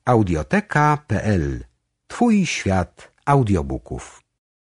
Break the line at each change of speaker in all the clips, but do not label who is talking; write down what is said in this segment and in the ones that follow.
Audioteka.pl. Twój świat audiobooków.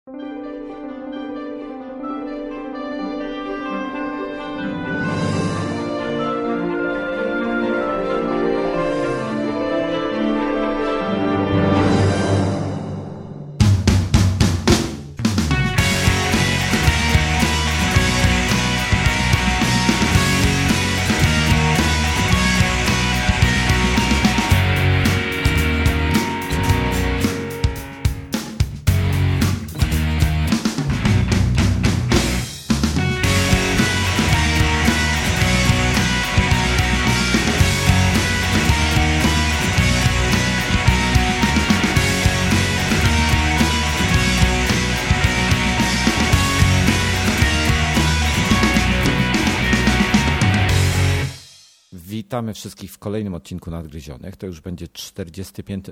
Witamy wszystkich w kolejnym odcinku Nadgryzionych. To już będzie 45.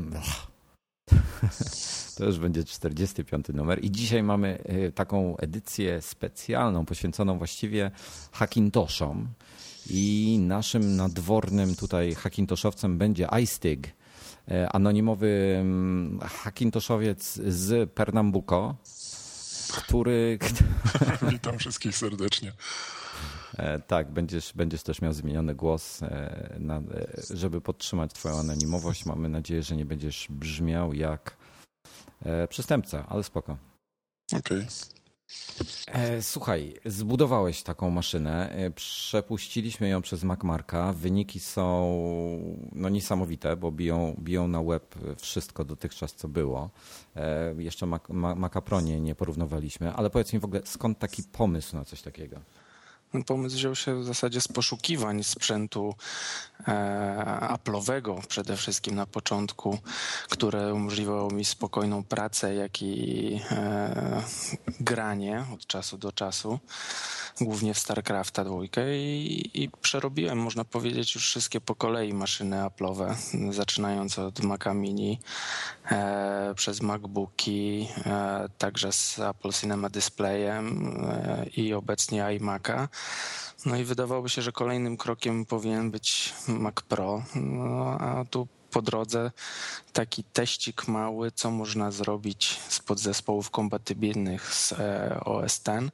To już będzie 45 numer i dzisiaj mamy taką edycję specjalną, poświęconą właściwie Hackintoshom i naszym nadwornym tutaj Hackintoshovcem będzie iStig, anonimowy Hackintoshowiec z Pernambuco, który...
Witam wszystkich serdecznie.
Tak, będziesz też miał zmieniony głos, żeby podtrzymać twoją anonimowość. Mamy nadzieję, że nie będziesz brzmiał jak przestępca, ale spoko.
Okej.
Słuchaj, zbudowałeś taką maszynę, przepuściliśmy ją przez MacMarka, wyniki są niesamowite, bo biją na łeb wszystko dotychczas, co było. Jeszcze Macapronie nie porównywaliśmy, ale powiedz mi w ogóle, skąd taki pomysł na coś takiego?
Pomysł wziął się w zasadzie z poszukiwań sprzętu Apple'owego przede wszystkim na początku, które umożliwiało mi spokojną pracę, jak i granie od czasu do czasu, głównie w StarCrafta 2 i przerobiłem, można powiedzieć, już wszystkie po kolei maszyny Apple'owe, zaczynając od Maca Mini, przez MacBooki, także z Apple Cinema Displayem i obecnie iMac'a. No i wydawałoby się, że kolejnym krokiem powinien być Mac Pro, a tu po drodze taki teścik mały, co można zrobić z podzespołów kompatybilnych z OS X.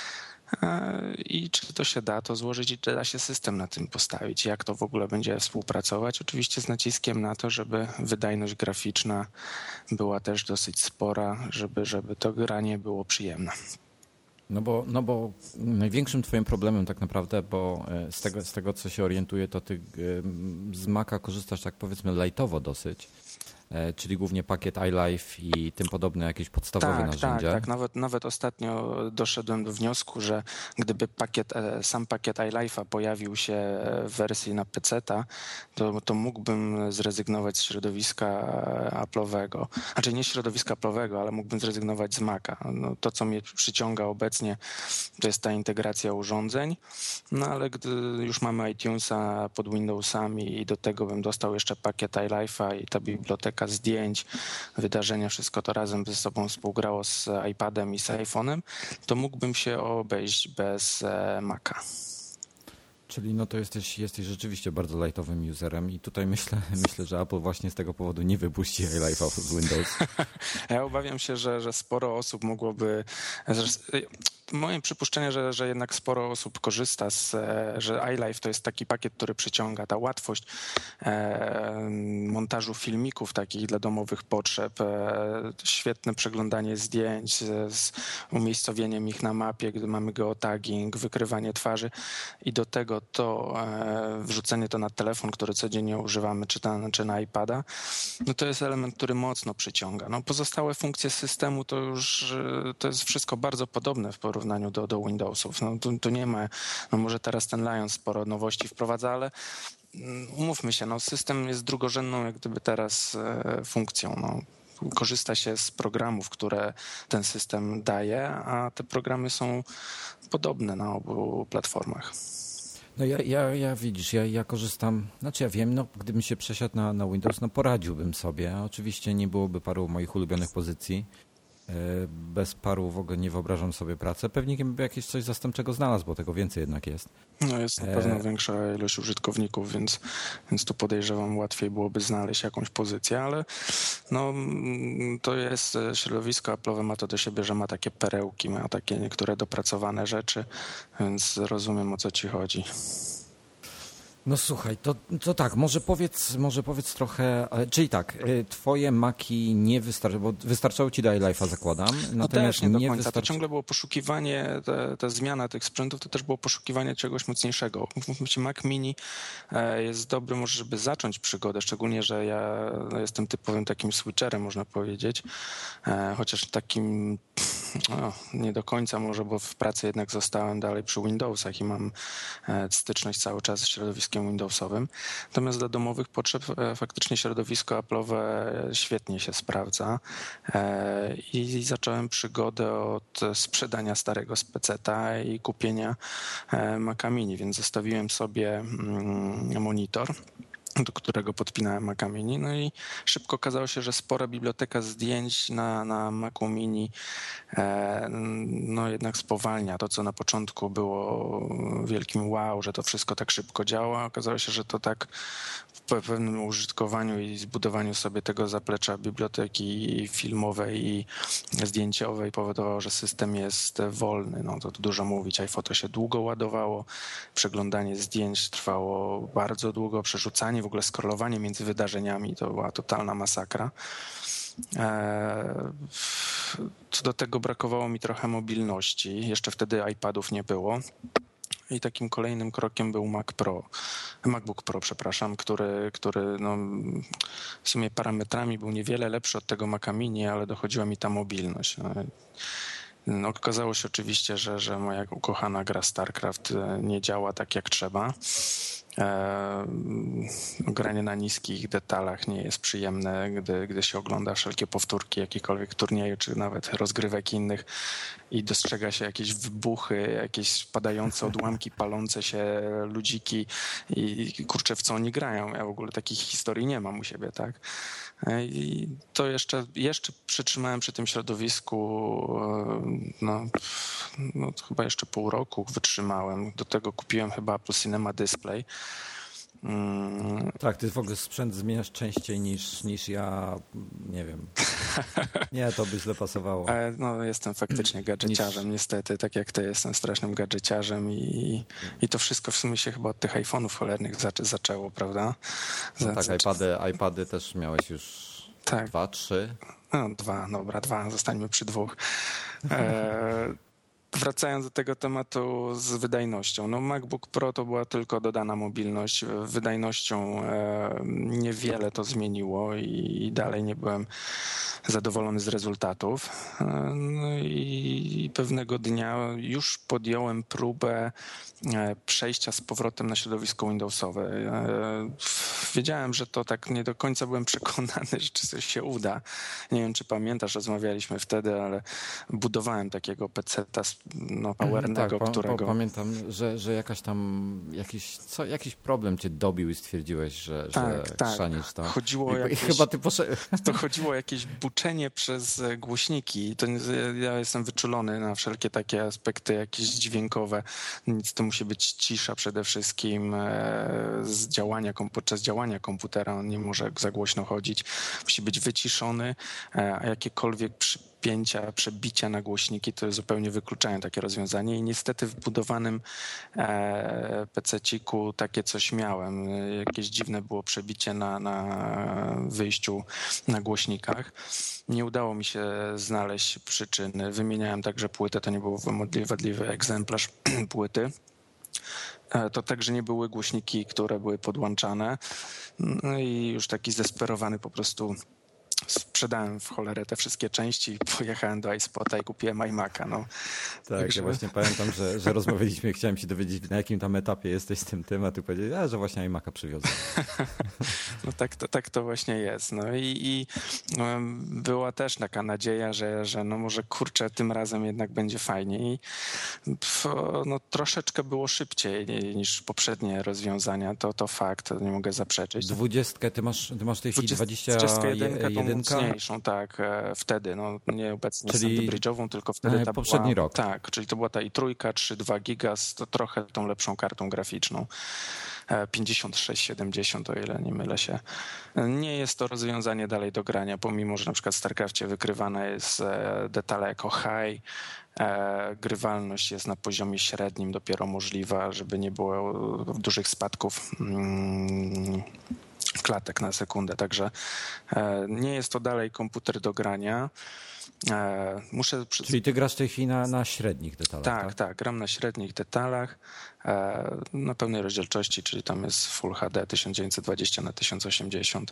I czy to się da to złożyć i czy da się system na tym postawić, jak to w ogóle będzie współpracować. Oczywiście z naciskiem na to, żeby wydajność graficzna była też dosyć spora, żeby to granie było przyjemne.
No bo największym twoim problemem tak naprawdę, bo z tego co się orientuję, to ty z Maca korzystasz tak powiedzmy lightowo dosyć, czyli głównie pakiet iLife i tym podobne jakieś podstawowe narzędzia.
Tak. Nawet ostatnio doszedłem do wniosku, że gdyby sam pakiet iLife'a pojawił się w wersji na PC-ta, to mógłbym zrezygnować z środowiska Apple'owego. Znaczy nie środowiska Apple'owego, ale mógłbym zrezygnować z Maca. No, to, co mnie przyciąga obecnie, to jest ta integracja urządzeń, no ale gdy już mamy iTunesa pod Windowsami i do tego bym dostał jeszcze pakiet iLife'a i ta biblioteka zdjęć, wydarzenia, wszystko to razem ze sobą współgrało z iPadem i z iPhone'em, to mógłbym się obejść bez Maca.
Czyli no to jesteś rzeczywiście bardzo lightowym userem i tutaj myślę, że Apple właśnie z tego powodu nie wypuści iLife'a z Windows.
Ja obawiam się, że sporo osób mogłoby... Moje przypuszczenie, że jednak sporo osób korzysta że iLife to jest taki pakiet, który przyciąga, ta łatwość montażu filmików takich dla domowych potrzeb, świetne przeglądanie zdjęć z umiejscowieniem ich na mapie, gdy mamy geotagging, wykrywanie twarzy i do tego to wrzucenie to na telefon, który codziennie używamy, czy na iPada, no to jest element, który mocno przyciąga. No pozostałe funkcje systemu to jest wszystko bardzo podobne w porównaniu do Windowsów. No tu nie ma, no może teraz ten Lion sporo nowości wprowadza, ale umówmy się, no system jest drugorzędną jak gdyby teraz funkcją. No. Korzysta się z programów, które ten system daje, a te programy są podobne na obu platformach.
No ja widzisz, ja korzystam, znaczy ja wiem, no gdybym się przesiadł na Windows, no poradziłbym sobie. Oczywiście nie byłoby paru moich ulubionych pozycji. Bez paru w ogóle nie wyobrażam sobie pracy. Pewnie bym jakieś coś zastępczego znalazł, bo tego więcej jednak jest.
No jest na pewno większa ilość użytkowników, więc tu podejrzewam łatwiej byłoby znaleźć jakąś pozycję, ale no, to jest środowisko Apple'owe ma to do siebie, że ma takie perełki, ma takie niektóre dopracowane rzeczy, więc rozumiem, o co ci chodzi.
No słuchaj, to tak, może powiedz trochę, czyli tak, twoje Maki nie wystarczały, bo wystarczało ci do iLife'a, zakładam.
No też nie do końca, to ciągle było poszukiwanie, ta zmiana tych sprzętów to też było poszukiwanie czegoś mocniejszego. Mówmy się, Mac Mini jest dobry może, żeby zacząć przygodę, szczególnie, że ja jestem typowym takim switcherem, można powiedzieć, chociaż takim nie do końca może, bo w pracy jednak zostałem dalej przy Windowsach i mam styczność cały czas z środowiskiem Windowsowym. Natomiast dla domowych potrzeb faktycznie środowisko Apple'owe świetnie się sprawdza i zacząłem przygodę od sprzedania starego speceta i kupienia Maca Mini, więc zostawiłem sobie monitor, do którego podpinałem Maca Mini. No i szybko okazało się, że spora biblioteka zdjęć na Macu Mini no jednak spowalnia. To, co na początku było wielkim wow, że to wszystko tak szybko działa, okazało się, że to tak w pewnym użytkowaniu i zbudowaniu sobie tego zaplecza biblioteki filmowej i zdjęciowej powodowało, że system jest wolny. No to dużo mówić. iPhoto się długo ładowało, przeglądanie zdjęć trwało bardzo długo, przerzucanie, w ogóle scrollowanie między wydarzeniami to była totalna masakra. Co do tego brakowało mi trochę mobilności. Jeszcze wtedy iPadów nie było. I takim kolejnym krokiem był MacBook Pro, który no, w sumie parametrami był niewiele lepszy od tego Maca Mini, ale dochodziła mi ta mobilność. No, okazało się oczywiście, że moja ukochana gra StarCraft nie działa tak jak trzeba. Granie na niskich detalach nie jest przyjemne, gdy się ogląda wszelkie powtórki jakichkolwiek turnieju, czy nawet rozgrywek innych i dostrzega się jakieś wybuchy, jakieś padające odłamki, palące się ludziki i kurczę, w co oni grają. Ja w ogóle takich historii nie mam u siebie, tak? I to jeszcze przytrzymałem przy tym środowisku, no chyba jeszcze pół roku wytrzymałem. Do tego kupiłem chyba Apple Cinema Display.
Tak, ty w ogóle sprzęt zmieniasz częściej niż ja, nie wiem. Nie, to by źle pasowało.
No, jestem faktycznie gadżeciarzem, niestety, tak jak ty, jestem strasznym gadżeciarzem i to wszystko w sumie się chyba od tych iPhone'ów cholernych zaczęło, prawda?
No tak, iPady też miałeś już tak. 2, 3?
No 2, zostańmy przy 2. Wracając do tego tematu z wydajnością. No MacBook Pro to była tylko dodana mobilność. Wydajnością niewiele to zmieniło i dalej nie byłem zadowolony z rezultatów. No i pewnego dnia już podjąłem próbę przejścia z powrotem na środowisko Windowsowe. Wiedziałem, że to tak nie do końca byłem przekonany, że coś się uda. Nie wiem, czy pamiętasz, rozmawialiśmy wtedy, ale budowałem takiego PC-ta powernego, którego...
Pamiętam, że jakiś problem cię dobił i stwierdziłeś, że chrzanisz to.
Chodziło o jakieś buczenie przez głośniki. Ja jestem wyczulony na wszelkie takie aspekty jakieś dźwiękowe. Nic, to musi być cisza przede wszystkim podczas działania komputera. On nie może za głośno chodzić. Musi być wyciszony, a jakiekolwiek przebicia na głośniki to zupełnie wykluczają takie rozwiązanie i niestety w budowanym PC-ciku takie coś miałem. Jakieś dziwne było przebicie na wyjściu na głośnikach. Nie udało mi się znaleźć przyczyny. Wymieniałem także płytę, to nie był wadliwy egzemplarz płyty. To także nie były głośniki, które były podłączane. No i już taki zdesperowany po prostu sprzedałem w cholerę te wszystkie części i pojechałem do iSpota i kupiłem iMac'a. No.
Tak, także... ja właśnie pamiętam, że rozmawialiśmy, chciałem się dowiedzieć, na jakim tam etapie jesteś z tym, a ty powiedziałeś, że właśnie iMac'a przywiozłem.
No tak to właśnie jest. No i była też taka nadzieja, że no może kurczę, tym razem jednak będzie fajnie. I no troszeczkę było szybciej niż poprzednie rozwiązania, to fakt, to nie mogę zaprzeczyć.
20, ty masz w tej chwili 21?
najmocniejszą, tak, wtedy, no nie obecnie
Czyli
Sandy Bridge'ową, tylko wtedy ta
poprzedni
była,
rok.
Tak, czyli to była ta i3, 3.2 giga z to trochę tą lepszą kartą graficzną. 5670, o ile nie mylę się. Nie jest to rozwiązanie dalej do grania, pomimo że na przykład w StarCraftie wykrywane jest detale jako high, grywalność jest na poziomie średnim dopiero możliwa, żeby nie było dużych spadków klatek na sekundę, także nie jest to dalej komputer do grania.
Czyli ty grasz w tej chwili na średnich detalach,
tak, gram na średnich detalach, na pełnej rozdzielczości, czyli tam jest Full HD 1920 na 1080.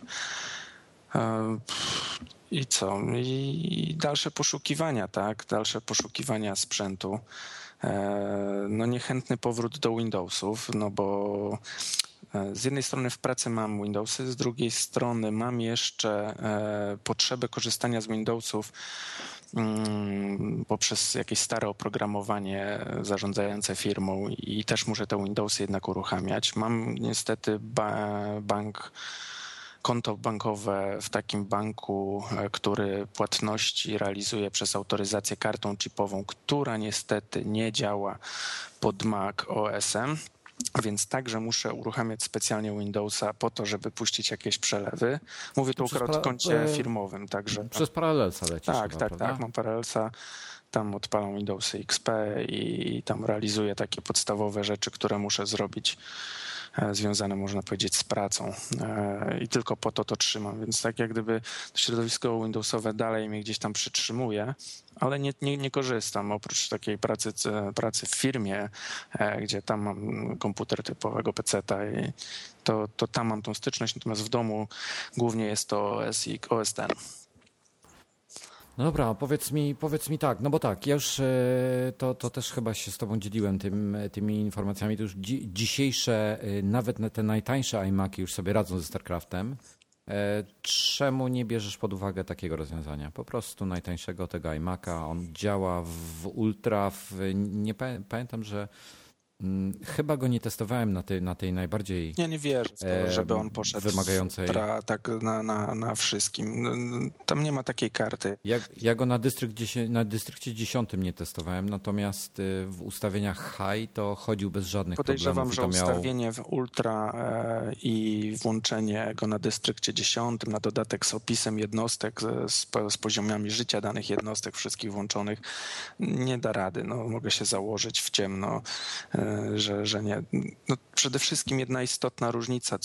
I co? I dalsze poszukiwania, tak? Dalsze poszukiwania sprzętu. No niechętny powrót do Windowsów, no bo z jednej strony w pracy mam Windowsy, z drugiej strony mam jeszcze potrzebę korzystania z Windowsów poprzez jakieś stare oprogramowanie zarządzające firmą i też muszę te Windowsy jednak uruchamiać. Mam niestety konto bankowe w takim banku, który płatności realizuje przez autoryzację kartą chipową, która niestety nie działa pod Mac OS-em. Więc także muszę uruchamiać specjalnie Windowsa po to, żeby puścić jakieś przelewy. Mówię tu akurat o koncie firmowym. Także
przez Parallelsa lecisz
tak, mam Parallelsa. Tam odpalam Windowsy XP i tam realizuję takie podstawowe rzeczy, które muszę zrobić, związane, można powiedzieć, z pracą. I tylko po to trzymam. Więc tak jak gdyby środowisko Windowsowe dalej mnie gdzieś tam przytrzymuje, ale nie korzystam. Oprócz takiej pracy w firmie, gdzie tam mam komputer typowego peceta i to tam mam tą styczność, natomiast w domu głównie jest to OS i OS X.
No dobra, powiedz mi tak, no bo tak, ja już to też chyba się z tobą dzieliłem tymi informacjami, to już dzisiejsze, nawet te najtańsze iMaci już sobie radzą ze StarCraftem. Czemu nie bierzesz pod uwagę takiego rozwiązania? Po prostu najtańszego tego iMaca, on działa w ultra, nie pamiętam, że chyba go nie testowałem na tej najbardziej
Ja nie wierzę w to, żeby on poszedł
wymagającej.
Tak na wszystkim. Tam nie ma takiej karty.
Ja go na dystrykcie 10 nie testowałem, natomiast w ustawieniach high to chodził bez żadnych
Podejrzewam,
problemów.
że ustawienie w ultra i włączenie go na dystrykcie 10, na dodatek z opisem jednostek, z poziomami życia danych jednostek, wszystkich włączonych, nie da rady. No, mogę się założyć w ciemno, że nie. No, przede wszystkim jedna istotna różnica,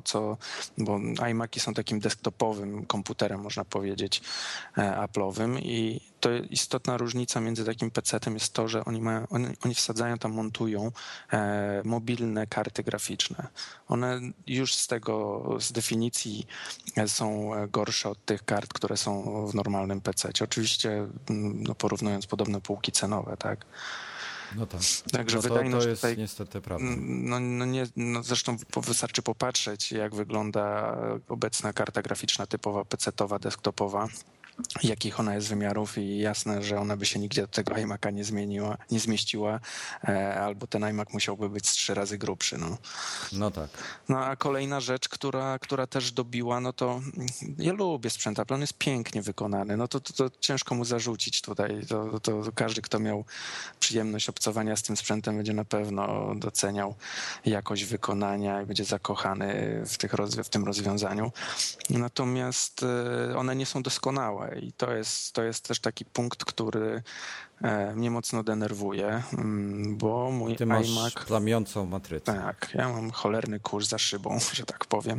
bo iMaci są takim desktopowym komputerem, można powiedzieć, Apple'owym i to istotna różnica między takim PC-tem jest to, że oni wsadzają tam, montują mobilne karty graficzne. One już z definicji są gorsze od tych kart, które są w normalnym PC-cie. Oczywiście no, porównując podobne półki cenowe, tak?
No tak.
Także
no
wydajność
to jest
tutaj,
niestety prawda.
Zresztą wystarczy popatrzeć, jak wygląda obecna karta graficzna typowa PC-towa, desktopowa, jakich ona jest wymiarów i jasne, że ona by się nigdzie do tego iMaca nie zmieściła, albo ten iMac musiałby być z 3 razy grubszy.
No tak.
No a kolejna rzecz, która też dobiła, no to ja lubię sprzęt Apple, on jest pięknie wykonany, no to ciężko mu zarzucić tutaj, to każdy, kto miał przyjemność obcowania z tym sprzętem, będzie na pewno doceniał jakość wykonania i będzie zakochany w tym rozwiązaniu. Natomiast one nie są doskonałe i to jest też taki punkt, który mnie mocno denerwuje, bo mój
Ty masz
iMac...
plamiącą matrycę.
Tak, ja mam cholerny kurz za szybą, że tak powiem,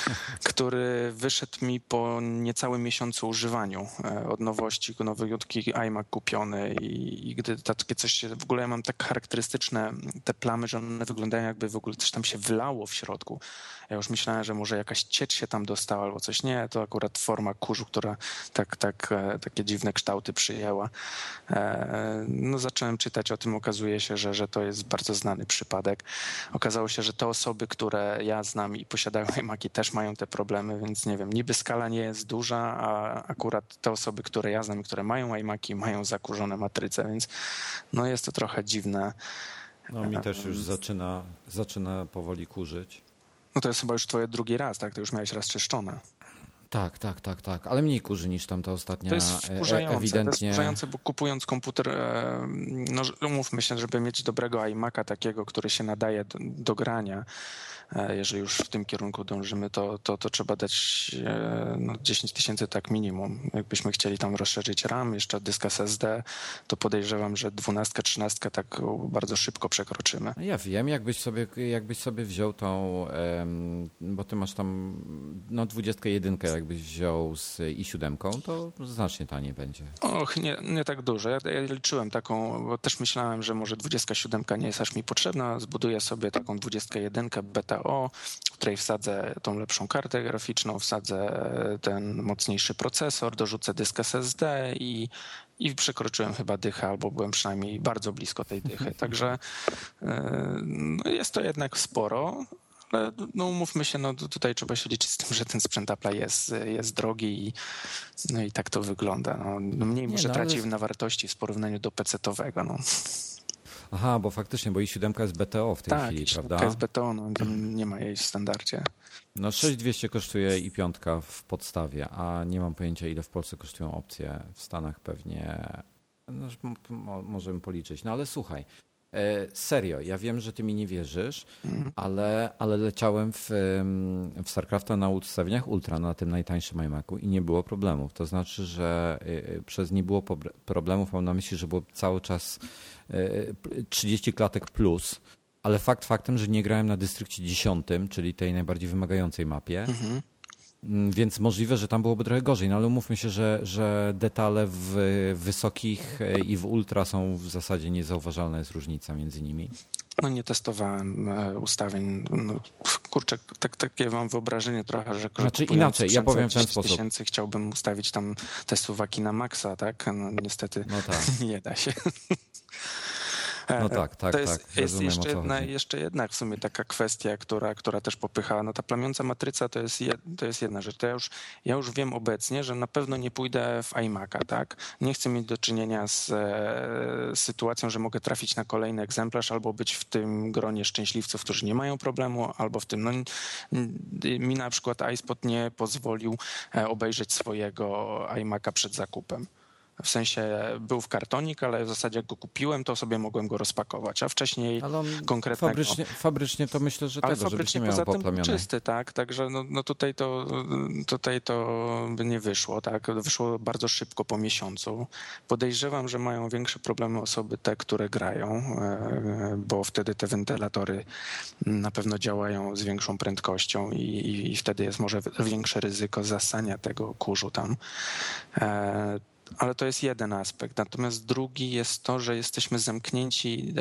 który wyszedł mi po niecałym miesiącu używaniu od nowości, nowiutki iMac kupiony i gdy takie coś, w ogóle ja mam tak charakterystyczne te plamy, że one wyglądają jakby w ogóle coś tam się wylało w środku. Ja już myślałem, że może jakaś ciecz się tam dostała albo coś. Nie, to akurat forma kurzu, która takie dziwne kształty przyjęła. No, zacząłem czytać o tym, okazuje się, że to jest bardzo znany przypadek. Okazało się, że te osoby, które ja znam i posiadają iMaci, też mają te problemy, więc nie wiem, niby skala nie jest duża, a akurat te osoby, które ja znam i które mają iMaci, mają zakurzone matryce, więc no jest to trochę dziwne.
No mi też już zaczyna powoli kurzyć.
No to jest chyba już twoje drugi raz, tak? To już miałeś raz czyszczone.
Tak, ale mniej kurzy niż tam ta ostatnia.
To jest wkurzające,
ewidentnie.
to jest wkurzające, bo kupując komputer, no umówmy się, żeby mieć dobrego iMac'a takiego, który się nadaje do grania, jeżeli już w tym kierunku dążymy, to trzeba dać 10 000 tak minimum. Jakbyśmy chcieli tam rozszerzyć RAM, jeszcze dysk SSD, to podejrzewam, że 12, 13 tak bardzo szybko przekroczymy.
Ja wiem, jakbyś sobie wziął tą, bo ty masz tam 21, jakbyś wziął z i7, to znacznie taniej będzie.
Och, nie tak dużo. Ja liczyłem taką, bo też myślałem, że może 27 nie jest aż mi potrzebna. Zbuduję sobie taką 21 beta o, w której wsadzę tą lepszą kartę graficzną, wsadzę ten mocniejszy procesor, dorzucę dysk SSD i przekroczyłem chyba dychę, albo byłem przynajmniej bardzo blisko tej dychy. Także jest to jednak sporo, ale no umówmy się, no tutaj trzeba się liczyć z tym, że ten sprzęt Apple'a jest drogi i tak to wygląda. No mniej może traci na wartości w porównaniu do PC-towego. No.
Aha, bo faktycznie, bo i7 jest BTO w tej chwili, prawda?
Tak, jest BTO, no, nie ma jej w standardzie.
No 6200 kosztuje i5 w podstawie, a nie mam pojęcia, ile w Polsce kosztują opcje. W Stanach pewnie, możemy policzyć. No ale słuchaj, serio, ja wiem, że ty mi nie wierzysz, ale leciałem w StarCrafta na ustawieniach Ultra, na tym najtańszym iMacu i nie było problemów. To znaczy, że przez nie było problemów, mam na myśli, że było cały czas 30 klatek plus, ale faktem, że nie grałem na dystrykcie 10, czyli tej najbardziej wymagającej mapie, więc możliwe, że tam byłoby trochę gorzej, no ale umówmy się, że detale w wysokich i w ultra są w zasadzie niezauważalna jest różnica między nimi.
No nie testowałem ustawień. No, kurczę, takie mam wyobrażenie trochę, że
znaczy inaczej, ja powiem w ten sposób.
Chciałbym ustawić tam te suwaki na maksa, tak? No niestety nie da się.
No tak.
To jest jeszcze jedna w sumie taka kwestia, która też popycha. No ta plamiąca matryca to jest jedna rzecz. Ja już wiem obecnie, że na pewno nie pójdę w iMac'a, tak? Nie chcę mieć do czynienia z sytuacją, że mogę trafić na kolejny egzemplarz albo być w tym gronie szczęśliwców, którzy nie mają problemu, albo w tym, no mi na przykład iSpot nie pozwolił obejrzeć swojego iMac'a przed zakupem. W sensie był w kartonik, ale w zasadzie jak go kupiłem, to sobie mogłem go rozpakować, a wcześniej konkretnego...
Fabrycznie to myślę, że
ale
tego, żebyś nie miał
poza tym
poplamione.
czysty, tak? Także no tutaj to by nie wyszło, tak? Wyszło bardzo szybko po miesiącu. Podejrzewam, że mają większe problemy osoby te, które grają, bo wtedy te wentylatory na pewno działają z większą prędkością i wtedy jest może większe ryzyko zasania tego kurzu tam. Ale to jest jeden aspekt. Natomiast drugi jest to, że jesteśmy zamknięci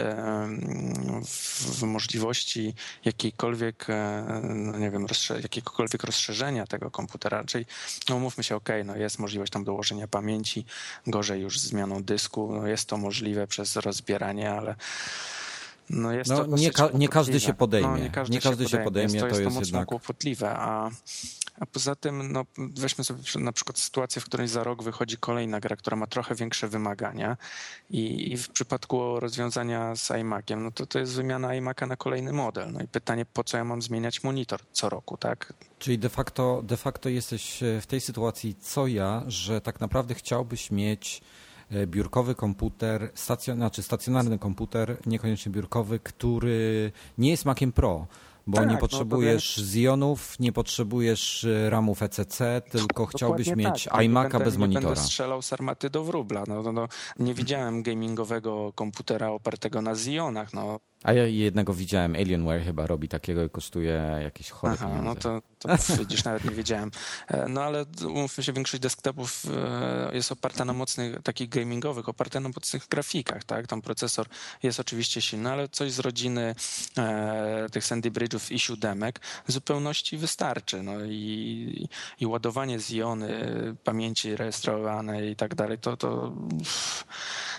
w możliwości jakiejkolwiek, no nie wiem, jakiegokolwiek rozszerzenia tego komputera. Czyli, no umówmy się, no jest możliwość tam dołożenia pamięci, gorzej już z zmianą dysku. No jest to możliwe przez rozbieranie, ale no jest to
nie każdy się podejmie. Nie każdy się podejmie,
to jest
jednak
mocno kłopotliwe, a poza tym, no weźmy sobie na przykład sytuację, w której za rok wychodzi kolejna gra, która ma trochę większe wymagania i w przypadku rozwiązania z iMaciem, no to jest wymiana iMac'a na kolejny model. No i pytanie, po co ja mam zmieniać monitor co roku, tak?
Czyli de facto jesteś w tej sytuacji co ja, że tak naprawdę chciałbyś mieć biurkowy komputer, stacjonarny komputer, niekoniecznie biurkowy, który nie jest Maciem Pro, bo nie potrzebujesz Xionów, nie potrzebujesz ramów ECC, tylko chciałbyś mieć iMac'a bez monitora.
Nie będę strzelał z armaty do wróbla. No, nie widziałem gamingowego komputera opartego na Xionach. No.
A ja jednego widziałem, Alienware chyba robi takiego i kosztuje jakieś chore pieniądze.
No to widzisz, nawet nie wiedziałem. No ale umówmy się, większość desktopów jest oparta na mocnych, takich gamingowych, oparta na mocnych grafikach, tak? Tam procesor jest oczywiście silny, ale coś z rodziny tych Sandy Bridge'ów i i7 w zupełności wystarczy. No i ładowanie Xiony, pamięci rejestrowanej i tak dalej,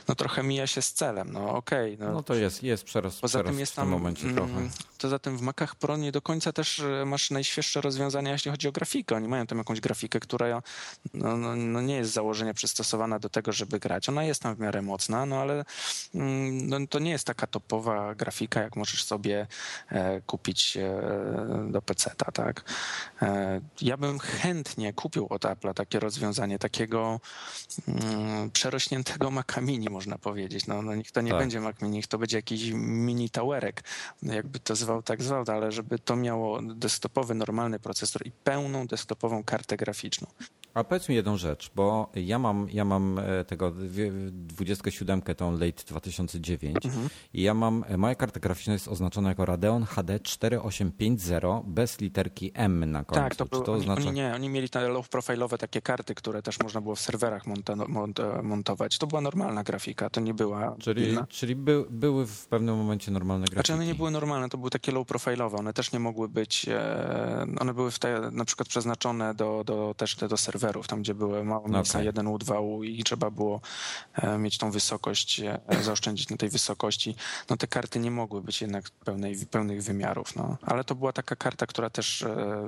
no trochę mija się z celem. No okej.
No to jest przerost w tym momencie trochę.
Poza tym w Macach Pro nie do końca też masz najświeższe rozwiązania, jeśli chodzi o grafikę. Oni mają tam jakąś grafikę, która no nie jest z założenia przystosowana do tego, żeby grać. Ona jest tam w miarę mocna, no ale to nie jest taka topowa grafika, jak możesz sobie kupić do PC-ta, tak? Ja bym chętnie kupił od Apple'a takie rozwiązanie, takiego przerośniętego Maca Mini, można powiedzieć. No niech to nie będzie Mac Mini, niech to będzie jakiś mini towerek, jakby to zwał, tak zwał, ale żeby to miało desktopowy, normalny procesor i pełną desktopową kartę graficzną.
A powiedz mi jedną rzecz, bo ja mam tego 27, tą late 2009 i moja karta graficzna jest oznaczona jako Radeon HD 4850 bez literki M na końcu.
Tak, oni mieli te low profile'owe takie karty, które też można było w serwerach montować. To była normalna grafika, to nie była...
Czyli były w pewnym momencie normalne grafiki.
Znaczy one nie były normalne, to były takie low profile'owe, one też nie mogły być, one były na przykład przeznaczone też do serwerów, tam gdzie były małe miejsca 1U, 2U i trzeba było mieć tą wysokość, zaoszczędzić na tej wysokości. No te karty nie mogły być jednak pełnych wymiarów. No. Ale to była taka karta, która też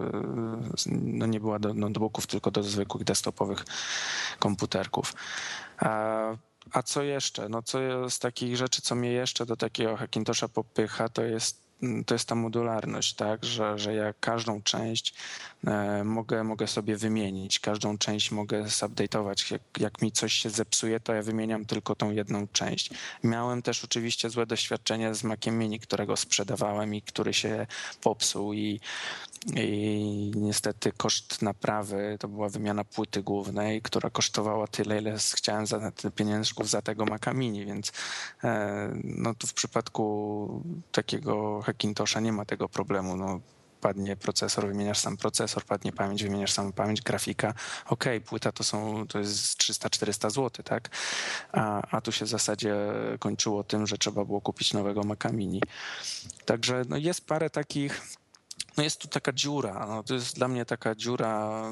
nie była do notebooków, tylko do zwykłych desktopowych komputerków. A co jeszcze? No co z takich rzeczy, co mnie jeszcze do takiego Hackintosha popycha, to jest ta modularność, tak, że ja każdą część mogę sobie wymienić, każdą część mogę zupdate'ować. Jak mi coś się zepsuje, to ja wymieniam tylko tą jedną część. Miałem też oczywiście złe doświadczenie z Maciem Mini, którego sprzedawałem i który się popsuł i niestety koszt naprawy to była wymiana płyty głównej, która kosztowała tyle, ile chciałem za pieniążków za tego Maca Mini, więc no tu w przypadku takiego Hackintosha nie ma tego problemu. No, padnie procesor, wymieniasz sam procesor, padnie pamięć, wymieniasz samą pamięć, grafika. Okej, płyta to jest 300-400 zł, tak? A tu się w zasadzie kończyło tym, że trzeba było kupić nowego Maca Mini. Także no jest parę takich, no jest tu taka dziura, no to jest dla mnie taka dziura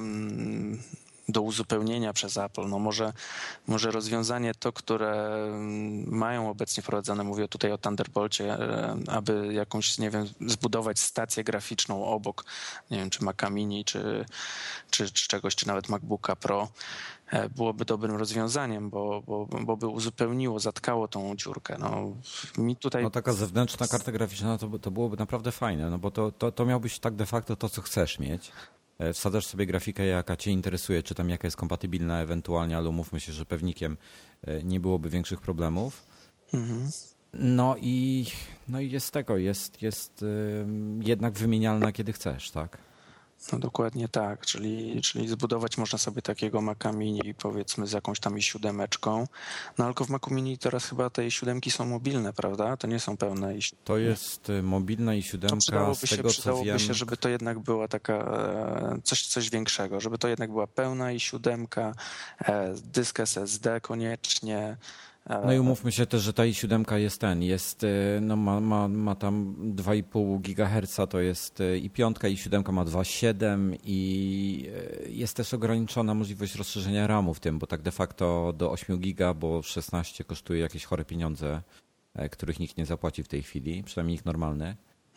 do uzupełnienia przez Apple. No może rozwiązanie to, które mają obecnie wprowadzone, mówię tutaj o Thunderbolcie, aby jakąś, nie wiem, zbudować stację graficzną obok, nie wiem, czy Maca Mini, czy czegoś, czy nawet MacBooka Pro, byłoby dobrym rozwiązaniem, bo by uzupełniło, zatkało tą dziurkę. No, mi tutaj...
No taka zewnętrzna karta graficzna to byłoby naprawdę fajne, no bo to miał być tak de facto to, co chcesz mieć. Wsadzasz sobie grafikę, jaka cię interesuje, czy tam jaka jest kompatybilna ewentualnie, ale umówmy się, że pewnikiem nie byłoby większych problemów. No i jest tego, jest jednak wymienialna, kiedy chcesz, tak?
No dokładnie tak, czyli zbudować można sobie takiego Maca Mini, powiedzmy z jakąś tam i7, no tylko w Macu Mini teraz chyba te i7 są mobilne, prawda? To nie są pełne i7.
To jest mobilna i7,
przydałoby się, żeby to jednak była taka coś większego, żeby to jednak była pełna i7, dysk SSD koniecznie.
No i umówmy się też, że ta i7 ma tam 2,5 GHz, to jest i piątka, i 7 ma 2,7 i jest też ograniczona możliwość rozszerzenia RAM-u w tym, bo tak de facto do 8 giga, bo 16 kosztuje jakieś chore pieniądze, których nikt nie zapłaci w tej chwili, przynajmniej nikt normalny.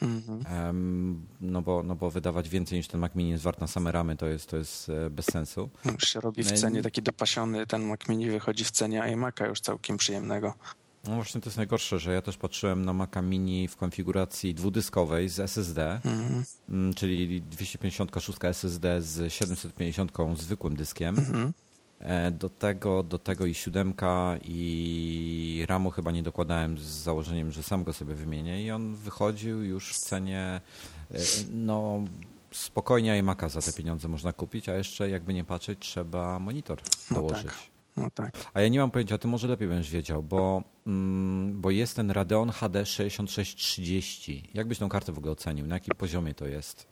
No bo wydawać więcej niż ten Mac Mini jest wart na same ramy, to jest bez sensu.
Już się robi w cenie taki dopasiony, ten Mac Mini wychodzi w cenie iMac'a już całkiem przyjemnego.
No właśnie to jest najgorsze, że ja też patrzyłem na Maca Mini w konfiguracji dwudyskowej z SSD, czyli 256 SSD z 750 zwykłym dyskiem. Do tego i 7 i RAM-u chyba nie dokładałem z założeniem, że sam go sobie wymienię i on wychodził już w cenie, no spokojnie iMac'a za te pieniądze można kupić, a jeszcze jakby nie patrzeć trzeba monitor dołożyć.
No tak.
A ja nie mam pojęcia, ty może lepiej będziesz wiedział, bo jest ten Radeon HD 6630. Jak byś tą kartę w ogóle ocenił? Na jakim poziomie to jest?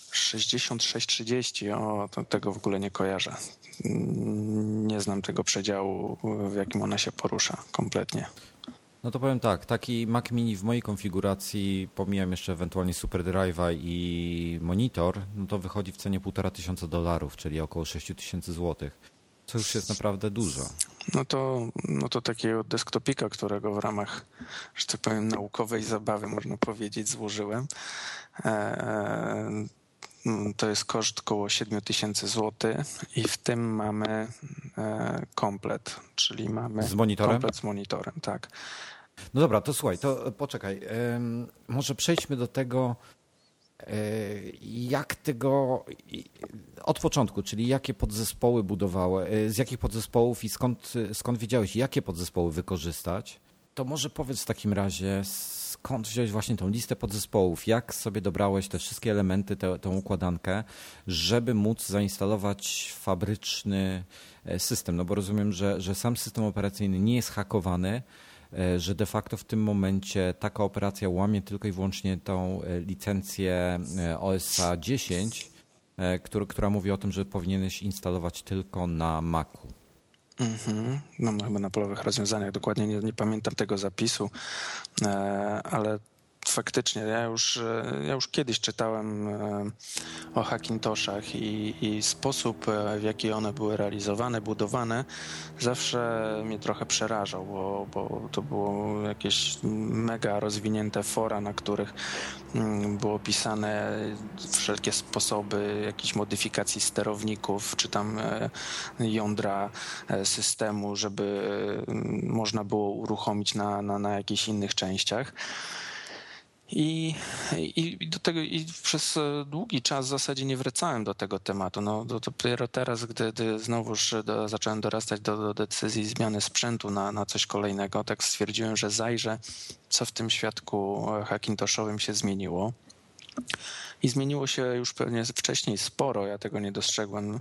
6630, tego w ogóle nie kojarzę. Nie znam tego przedziału, w jakim ona się porusza kompletnie.
No to powiem tak, taki Mac Mini w mojej konfiguracji, pomijam jeszcze ewentualnie SuperDrive'a i monitor, no to wychodzi w cenie $1500, czyli około 6000 zł. To już jest naprawdę dużo.
No to takiego desktopika, którego w ramach, że tak powiem, naukowej zabawy, można powiedzieć, złożyłem. To jest koszt około 7000 zł i w tym mamy komplet, czyli mamy
z monitorem?
Komplet z monitorem, tak.
No dobra, to słuchaj, to poczekaj. Może przejdźmy do tego, jak tego od początku, czyli jakie podzespoły budowałeś, z jakich podzespołów i skąd wiedziałeś, jakie podzespoły wykorzystać. To może powiedz w takim razie, skąd wziąłeś właśnie tą listę podzespołów, jak sobie dobrałeś te wszystkie elementy, tą układankę, żeby móc zainstalować fabryczny system. No bo rozumiem, że sam system operacyjny nie jest hakowany, że de facto w tym momencie taka operacja łamie tylko i wyłącznie tą licencję OSA 10, która mówi o tym, że powinieneś instalować tylko na Macu.
No chyba na polowych rozwiązaniach, dokładnie nie pamiętam tego zapisu, ale faktycznie ja już kiedyś czytałem o Hackintoshach i sposób, w jaki one były realizowane, budowane, zawsze mnie trochę przerażał, bo to było jakieś mega rozwinięte fora, na których było opisane wszelkie sposoby jakichś modyfikacji sterowników, czy tam jądra systemu, żeby można było uruchomić na jakichś innych częściach. I do tego i przez długi czas w zasadzie nie wracałem do tego tematu. No, dopiero teraz, gdy znowuż zacząłem dorastać do decyzji zmiany sprzętu na coś kolejnego, tak stwierdziłem, że zajrzę, co w tym świadku hackintoshowym się zmieniło. I zmieniło się już pewnie wcześniej sporo, ja tego nie dostrzegłem,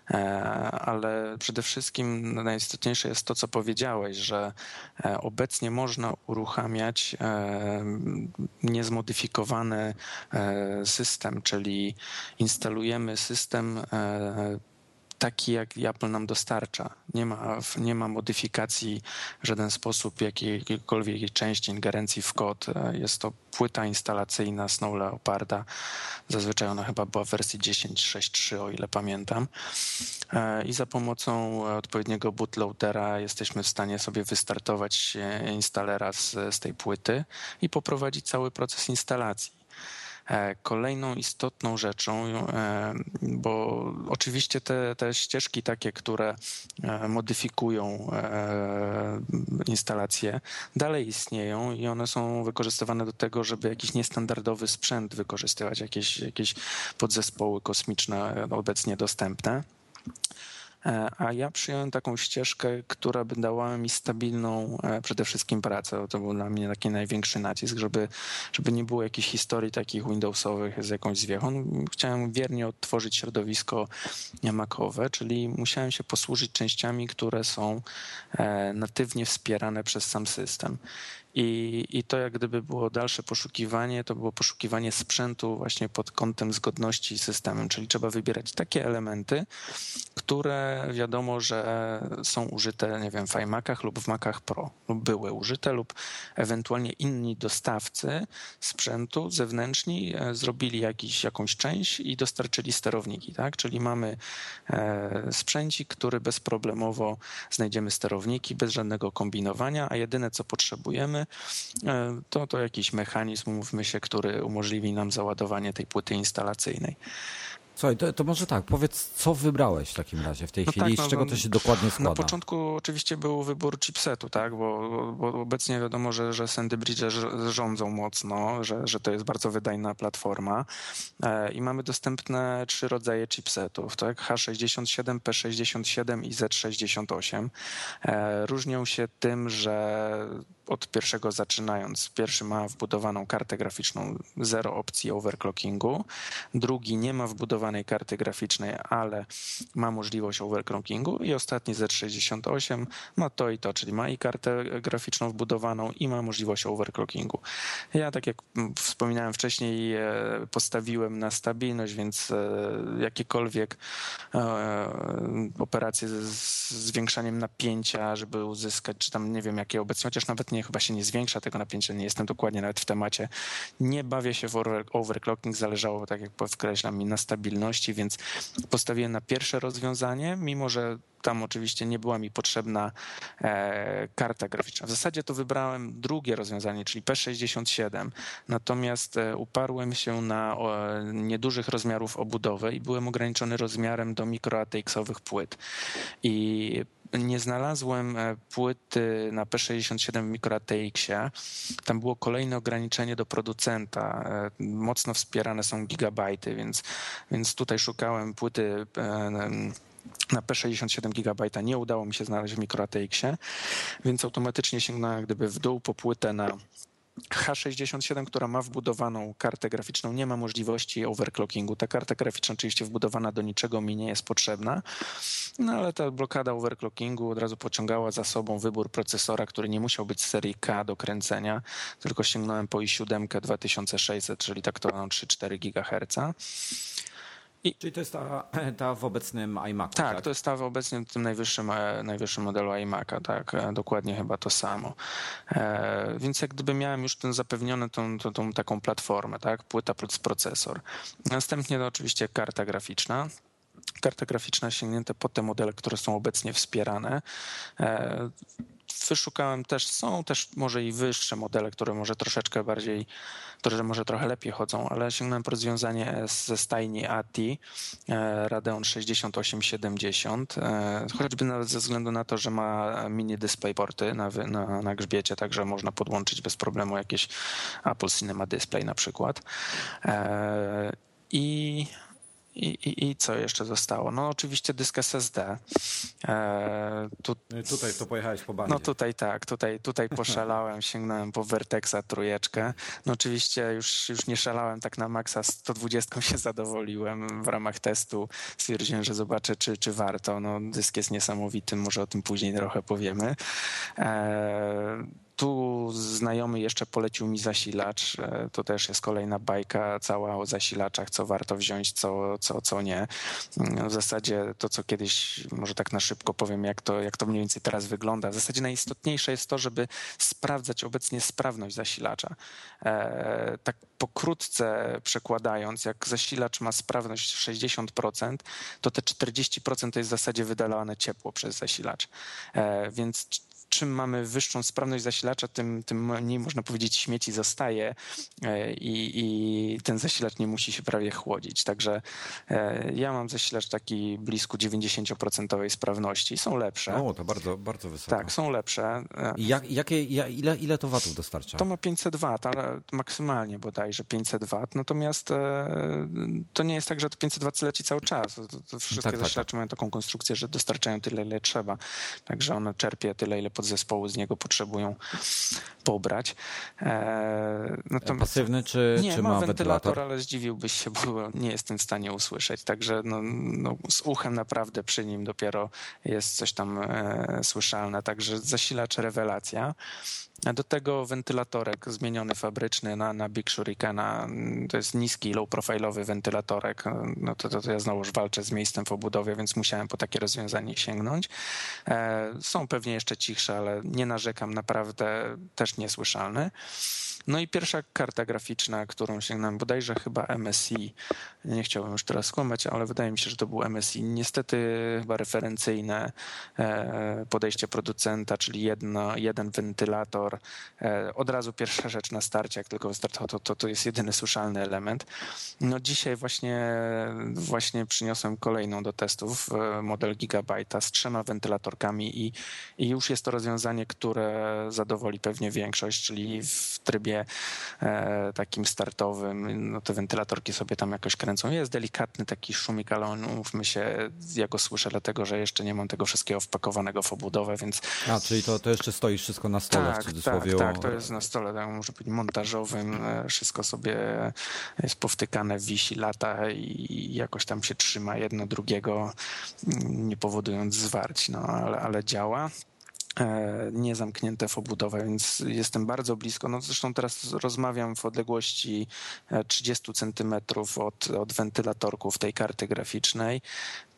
ale przede wszystkim najistotniejsze jest to, co powiedziałeś, że obecnie można uruchamiać niezmodyfikowany system, czyli instalujemy system taki, jak Apple nam dostarcza. Nie ma modyfikacji w żaden sposób jakiejkolwiek części ingerencji w kod. Jest to płyta instalacyjna Snow Leoparda. Zazwyczaj ona chyba była w wersji 10.6.3, o ile pamiętam. I za pomocą odpowiedniego bootloadera jesteśmy w stanie sobie wystartować instalera z tej płyty i poprowadzić cały proces instalacji. Kolejną istotną rzeczą, bo oczywiście te ścieżki takie, które modyfikują instalacje, dalej istnieją i one są wykorzystywane do tego, żeby jakiś niestandardowy sprzęt wykorzystywać, jakieś podzespoły kosmiczne obecnie dostępne. A ja przyjąłem taką ścieżkę, która by dała mi stabilną przede wszystkim pracę. To był dla mnie taki największy nacisk, żeby nie było jakichś historii takich Windowsowych z jakąś zwiechą. Chciałem wiernie odtworzyć środowisko macowe, czyli musiałem się posłużyć częściami, które są natywnie wspierane przez sam system. I to jak gdyby było dalsze poszukiwanie, to było poszukiwanie sprzętu właśnie pod kątem zgodności z systemem, czyli trzeba wybierać takie elementy, które wiadomo, że są użyte, nie wiem, w iMacach lub w Macach Pro, lub były użyte, lub ewentualnie inni dostawcy sprzętu zewnętrzni zrobili jakąś część i dostarczyli sterowniki, tak? Czyli mamy sprzęcik, który bezproblemowo znajdziemy sterowniki, bez żadnego kombinowania, a jedyne co potrzebujemy to jakiś mechanizm, umówmy się, który umożliwi nam załadowanie tej płyty instalacyjnej.
Słuchaj, to może tak, powiedz, co wybrałeś w takim razie w tej chwili i z czego to się dokładnie składa?
Na początku oczywiście był wybór chipsetu, tak, bo obecnie wiadomo, że Sandy Bridge rządzą mocno, że to jest bardzo wydajna platforma i mamy dostępne 3 rodzaje chipsetów, tak, H67, P67 i Z68. Różnią się tym, że od pierwszego zaczynając, pierwszy ma wbudowaną kartę graficzną, 0 opcji overclockingu, drugi nie ma wbudowanej karty graficznej, ale ma możliwość overclockingu i ostatni Z68 ma to i to, czyli ma i kartę graficzną wbudowaną i ma możliwość overclockingu. Ja, tak jak wspominałem wcześniej, postawiłem na stabilność, więc jakiekolwiek operacje z zwiększaniem napięcia, żeby uzyskać, czy tam nie wiem jakie obecnie, chociaż nawet stopnie, chyba się nie zwiększa tego napięcia, nie jestem dokładnie nawet w temacie. Nie bawię się w overclocking, zależało, tak jak podkreślam, mi na stabilności, więc postawiłem na pierwsze rozwiązanie, mimo że tam oczywiście nie była mi potrzebna karta graficzna. W zasadzie to wybrałem drugie rozwiązanie, czyli P67, natomiast uparłem się na niedużych rozmiarów obudowy i byłem ograniczony rozmiarem do mikro ATX-owych płyt. I nie znalazłem płyty na P67 w mikro ATX-ie. Tam było kolejne ograniczenie do producenta. Mocno wspierane są gigabajty, więc tutaj szukałem płyty na P67 GB. Nie udało mi się znaleźć w mikro ATX-ie, więc automatycznie sięgnąłem gdyby w dół po płytę na H67, która ma wbudowaną kartę graficzną, nie ma możliwości overclockingu. Ta karta graficzna oczywiście wbudowana do niczego mi nie jest potrzebna, no ale ta blokada overclockingu od razu pociągała za sobą wybór procesora, który nie musiał być z serii K do kręcenia, tylko sięgnąłem po i7 2600, czyli tak to na 3-4 GHz.
Czyli to jest ta w obecnym iMacu,
tak? To jest ta w obecnym tym najwyższym modelu iMaca, tak, dokładnie chyba to samo. Więc jak gdyby miałem już zapewnione tą taką platformę, tak, płyta plus procesor. Następnie to oczywiście karta graficzna. Karta graficzna sięgnięte po te modele, które są obecnie wspierane. Wyszukałem są też może i wyższe modele, które może troszeczkę bardziej, które może trochę lepiej chodzą, ale sięgnąłem po rozwiązanie ze stajni ATI Radeon 6870, choćby nawet ze względu na to, że ma mini DisplayPorty na grzbiecie, także można podłączyć bez problemu jakieś Apple Cinema Display na przykład. I co jeszcze zostało? No oczywiście dysk SSD.
Tutaj to pojechałeś po bandzie.
No tutaj tak, tutaj poszalałem, sięgnąłem po Vertexa 3. No oczywiście już nie szalałem tak na maksa, 120 się zadowoliłem w ramach testu. Stwierdziłem, że zobaczę, czy warto. No dysk jest niesamowity, może o tym później trochę powiemy. Tu znajomy jeszcze polecił mi zasilacz. To też jest kolejna bajka cała o zasilaczach, co warto wziąć, co nie. W zasadzie to, co kiedyś, może tak na szybko powiem, jak to mniej więcej teraz wygląda. W zasadzie najistotniejsze jest to, żeby sprawdzać obecnie sprawność zasilacza. Tak pokrótce przekładając, jak zasilacz ma sprawność 60%, to te 40% to jest w zasadzie wydalane ciepło przez zasilacz. Więc czym mamy wyższą sprawność zasilacza, tym mniej, można powiedzieć, śmieci zostaje i ten zasilacz nie musi się prawie chłodzić. Także ja mam zasilacz taki blisko 90% sprawności. Są lepsze.
O, to bardzo, bardzo wysoko.
Tak, są lepsze.
I ile to watów dostarcza?
To ma 500 W, ale maksymalnie bodajże 500 W. Natomiast to nie jest tak, że to 500 W leci cały czas. To wszystkie zasilacze mają taką konstrukcję, że dostarczają tyle, ile trzeba. Także one czerpie tyle, ile podzespołu z niego potrzebują pobrać.
Pasywny czy ma wentylator?
Ale zdziwiłbyś się, bo nie jestem w stanie usłyszeć. Także z uchem naprawdę przy nim dopiero jest coś tam słyszalne. Także zasilacz rewelacja. A do tego wentylatorek zmieniony fabryczny na Big Shurikena. To jest niski, low-profilowy wentylatorek. No to ja znowu już walczę z miejscem w obudowie, więc musiałem po takie rozwiązanie sięgnąć. Są pewnie jeszcze cichsze, ale nie narzekam, naprawdę też niesłyszalny. No i pierwsza karta graficzna, którą sięgnąłem, bodajże chyba MSI. Nie chciałbym już teraz skłamać, ale wydaje mi się, że to był MSI. Niestety chyba referencyjne podejście producenta, czyli jeden wentylator. Od razu pierwsza rzecz na starcie, jak tylko wystartował, to jest jedyny słyszalny element. No dzisiaj właśnie przyniosłem kolejną do testów, model Gigabajta z 3 wentylatorkami i już jest to rozwiązanie, które zadowoli pewnie większość, czyli w trybie takim startowym, no te wentylatorki sobie tam jakoś kręcą. Jest delikatny taki szumik, ale umówmy się, ja go słyszę dlatego, że jeszcze nie mam tego wszystkiego wpakowanego w obudowę, więc...
czyli to jeszcze stoi wszystko na stole w cudzysłowie.
Tak, to jest na stole, tak, może być montażowym, wszystko sobie jest powtykane, wisi, lata i jakoś tam się trzyma jedno drugiego, nie powodując zwarć, no ale działa. Nie zamknięte w obudowę, więc jestem bardzo blisko. No zresztą teraz rozmawiam w odległości 30 centymetrów od wentylatorków tej karty graficznej.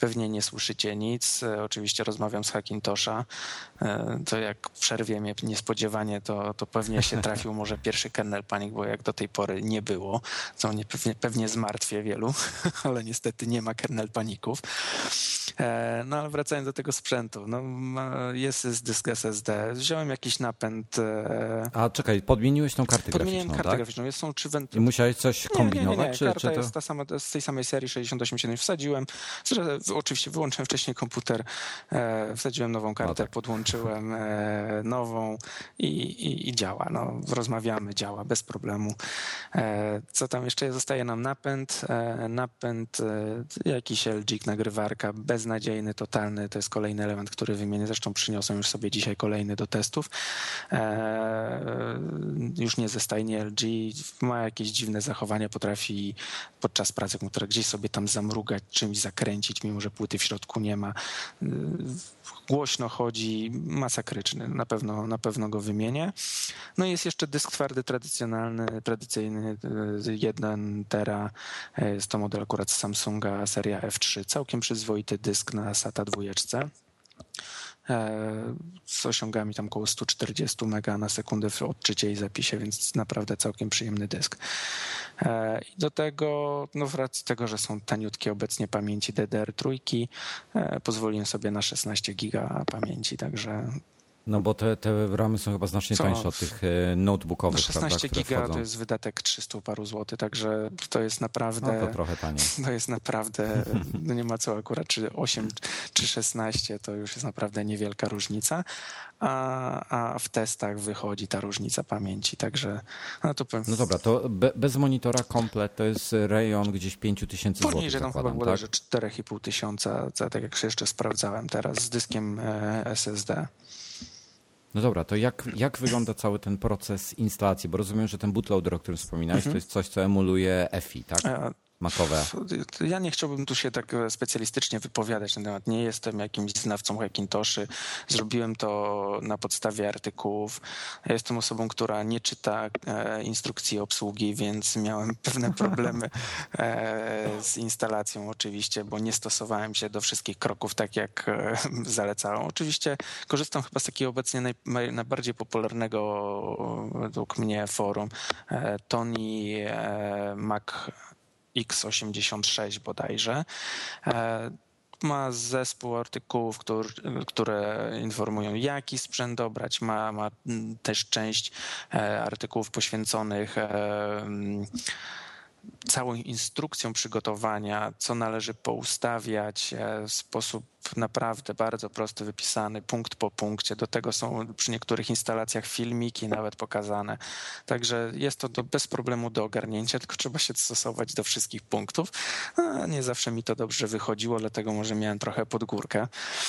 pewnie nie słyszycie nic. Oczywiście rozmawiam z Hackintosha. To jak przerwie mnie niespodziewanie, to pewnie się trafił może pierwszy kernel panic, bo jak do tej pory nie było, co mnie pewnie zmartwię wielu, ale niestety nie ma kernel paników. No ale wracając do tego sprzętu, no jest dysk SSD, wziąłem jakiś napęd.
A czekaj, podmieniłeś tą kartę
Podmieniłem
graficzną,
kartę
tak?
graficzną. Są 3
I musiałeś coś kombinować?
Nie. Karta
Czy to...
jest ta sama, z tej samej serii 6870 wsadziłem. Oczywiście wyłączyłem wcześniej komputer, wsadziłem nową kartę,
tak.
Podłączyłem nową i działa. No, rozmawiamy, działa bez problemu. Co tam jeszcze? Zostaje nam napęd, jakiś LG nagrywarka, beznadziejny, totalny. To jest kolejny element, który wymienię. Zresztą przyniosłem już sobie dzisiaj kolejny do testów. Już nie ze stajni LG. Ma jakieś dziwne zachowania, potrafi podczas pracy komputera gdzieś sobie tam zamrugać, czymś zakręcić, mimo że płyty w środku nie ma. Głośno chodzi, masakryczny. Na pewno go wymienię. No i jest jeszcze dysk twardy tradycyjny 1 tera. Jest to model akurat z Samsunga, seria F3. Całkiem przyzwoity dysk na SATA 2. Z osiągami tam około 140 mega na sekundę w odczycie i zapisie, więc naprawdę całkiem przyjemny dysk. I do tego, no w racji tego, że są taniutkie obecnie pamięci DDR3, pozwoliłem sobie na 16 giga pamięci, także...
No bo te ramy są chyba znacznie tańsze od tych notebookowych,
16
prawda,
giga to jest wydatek 300 paru złotych, także to jest naprawdę...
No to trochę taniej.
To jest naprawdę, no nie ma co akurat, czy 8 czy 16 to już jest naprawdę niewielka różnica, a w testach wychodzi ta różnica pamięci, także...
No dobra, to bez monitora komplet to jest rejon gdzieś 5000 zł.
Poniżej tam chyba było,
tak?
że 4,5 tysiąca, tak jak się jeszcze sprawdzałem teraz, z dyskiem SSD.
No dobra, to jak wygląda cały ten proces instalacji? Bo rozumiem, że ten bootloader, o którym wspominałeś, to jest coś, co emuluje EFI, tak? Macowe.
Ja nie chciałbym tu się tak specjalistycznie wypowiadać na temat. Nie jestem jakimś znawcą Hackintoszy. Zrobiłem to na podstawie artykułów. Ja jestem osobą, która nie czyta instrukcji obsługi, więc miałem pewne problemy z instalacją oczywiście, bo nie stosowałem się do wszystkich kroków tak, jak zalecałem. Oczywiście korzystam chyba z takiego obecnie najbardziej popularnego według mnie forum Tony Mac X86 bodajże. Ma zespół artykułów, które informują, jaki sprzęt dobrać. Ma też część artykułów poświęconych całą instrukcją przygotowania, co należy poustawiać w sposób naprawdę bardzo prosty, wypisany, punkt po punkcie. Do tego są przy niektórych instalacjach filmiki nawet pokazane. Także jest to bez problemu do ogarnięcia, tylko trzeba się stosować do wszystkich punktów. Nie zawsze mi to dobrze wychodziło, dlatego może miałem trochę pod górkę.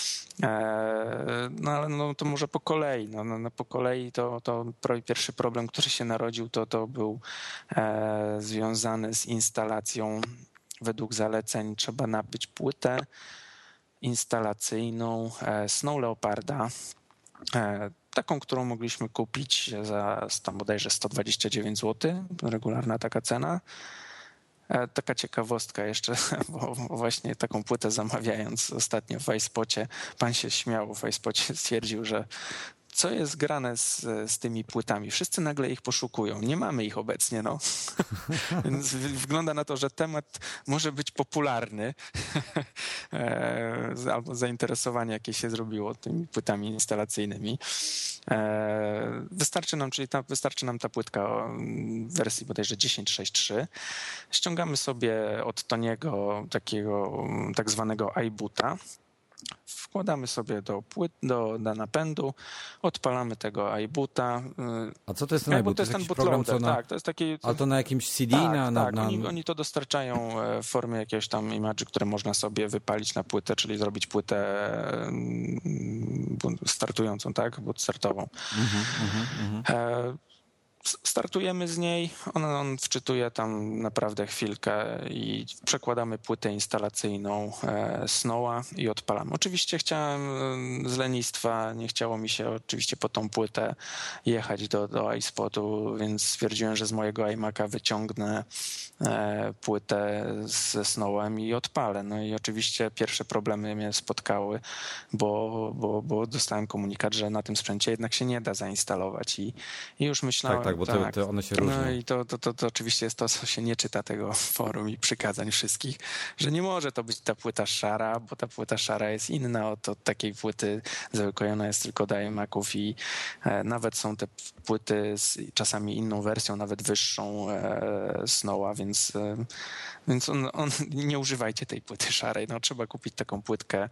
No ale no, to może po kolei. Po kolei to pierwszy problem, który się narodził, to był związany z instalacją. Według zaleceń trzeba nabyć płytę instalacyjną Snow Leoparda, taką, którą mogliśmy kupić za tam bodajże 129 zł, regularna taka cena. Taka ciekawostka jeszcze, bo właśnie taką płytę zamawiając ostatnio w iSpocie, pan się śmiał w iSpocie, stwierdził, że co jest grane z tymi płytami? Wszyscy nagle ich poszukują. Nie mamy ich obecnie, no. Więc wygląda na to, że temat może być popularny albo zainteresowanie jakieś się zrobiło tymi płytami instalacyjnymi. Wystarczy nam ta płytka w wersji bodajże 10.6.3. Ściągamy sobie od Toniego takiego tak zwanego iBoota. Wkładamy sobie do napędu, odpalamy tego iBoota.
A co to jest ten iBoot?
To jest ten bootloader, tak. To jest taki...
Ale to na jakimś CD?
Tak, Oni to dostarczają w formie jakiegoś tam image, które można sobie wypalić na płytę, czyli zrobić płytę startującą, tak? Boot startową. Startujemy z niej, on wczytuje tam naprawdę chwilkę i przekładamy płytę instalacyjną Snowa i odpalamy. Oczywiście chciałem z lenistwa, nie chciało mi się oczywiście po tą płytę jechać do iSpotu, więc stwierdziłem, że z mojego iMac'a wyciągnę płytę ze Snowem i odpalę. No i oczywiście pierwsze problemy mnie spotkały, bo dostałem komunikat, że na tym sprzęcie jednak się nie da zainstalować i już myślałem...
Tak, bo te one się różnią.
No i to oczywiście jest to, co się nie czyta tego forum i przykazań wszystkich, że nie może to być ta płyta szara, bo ta płyta szara jest inna od takiej płyty zwykłej, ona jest tylko do iMaców i nawet są te płyty z czasami inną wersją, nawet wyższą Snowa, więc nie używajcie tej płyty szarej. No, trzeba kupić taką płytkę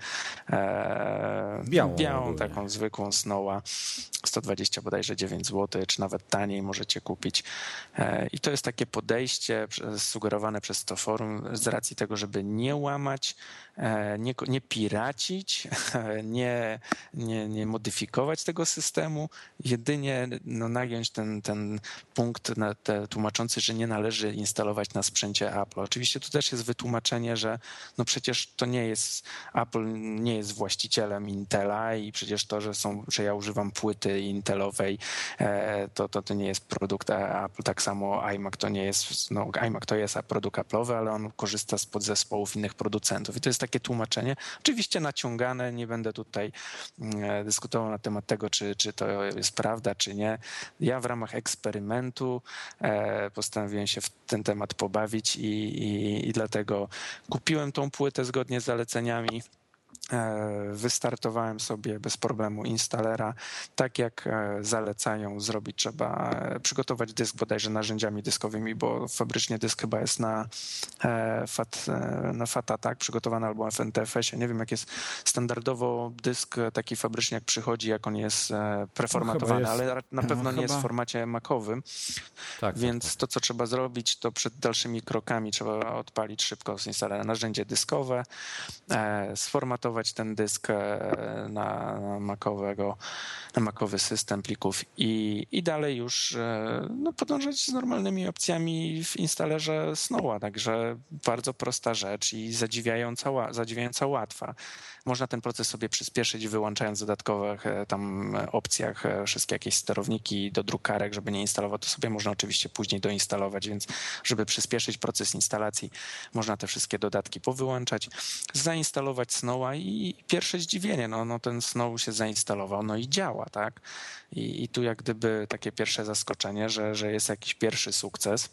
białą taką zwykłą Snowa, 120 bodajże 9 zł, czy nawet taniej możecie kupić. I to jest takie podejście sugerowane przez to forum z racji tego, żeby nie łamać, nie piracić, nie modyfikować tego systemu, jedynie nagiąć ten punkt tłumaczący, że nie należy instalować na sprzęcie Apple. Oczywiście tu też jest wytłumaczenie, że no przecież to nie jest, Apple nie jest właścicielem Intela i przecież to, że ja używam płyty intelowej, to nie jest produkt Apple. Tak samo iMac to nie jest, iMac to jest produkt Apple'owy, ale on korzysta z podzespołów innych producentów. I to jest takie tłumaczenie. Oczywiście naciągane, nie będę tutaj dyskutował na temat tego, czy to jest prawda, czy nie. Ja w ramach eksperymentu postanowiłem się w ten temat pobawić i dlatego kupiłem tą płytę zgodnie z zaleceniami. Wystartowałem sobie bez problemu instalera. Tak jak zalecają zrobić, trzeba przygotować dysk bodajże narzędziami dyskowymi, bo fabrycznie dysk chyba jest na FATA, tak, przygotowany albo w NTFS-ie. Nie wiem, jak jest standardowo dysk taki fabrycznie, jak przychodzi, jak on jest preformatowany, ale na pewno nie jest w formacie Macowym. Tak, więc tak. To, co trzeba zrobić, to przed dalszymi krokami trzeba odpalić szybko z instalera narzędzie dyskowe, sformatować ten dysk na macowy system plików i dalej już podążać z normalnymi opcjami w instalerze Snowa. Także bardzo prosta rzecz i zadziwiająco łatwa. Można ten proces sobie przyspieszyć, wyłączając w dodatkowych tam opcjach wszystkie jakieś sterowniki do drukarek, żeby nie instalować, to sobie można oczywiście później doinstalować, więc żeby przyspieszyć proces instalacji, można te wszystkie dodatki powyłączać, zainstalować Snowa i pierwsze zdziwienie, ten Snow się zainstalował, i działa, tak? I tu jak gdyby takie pierwsze zaskoczenie, że jest jakiś pierwszy sukces.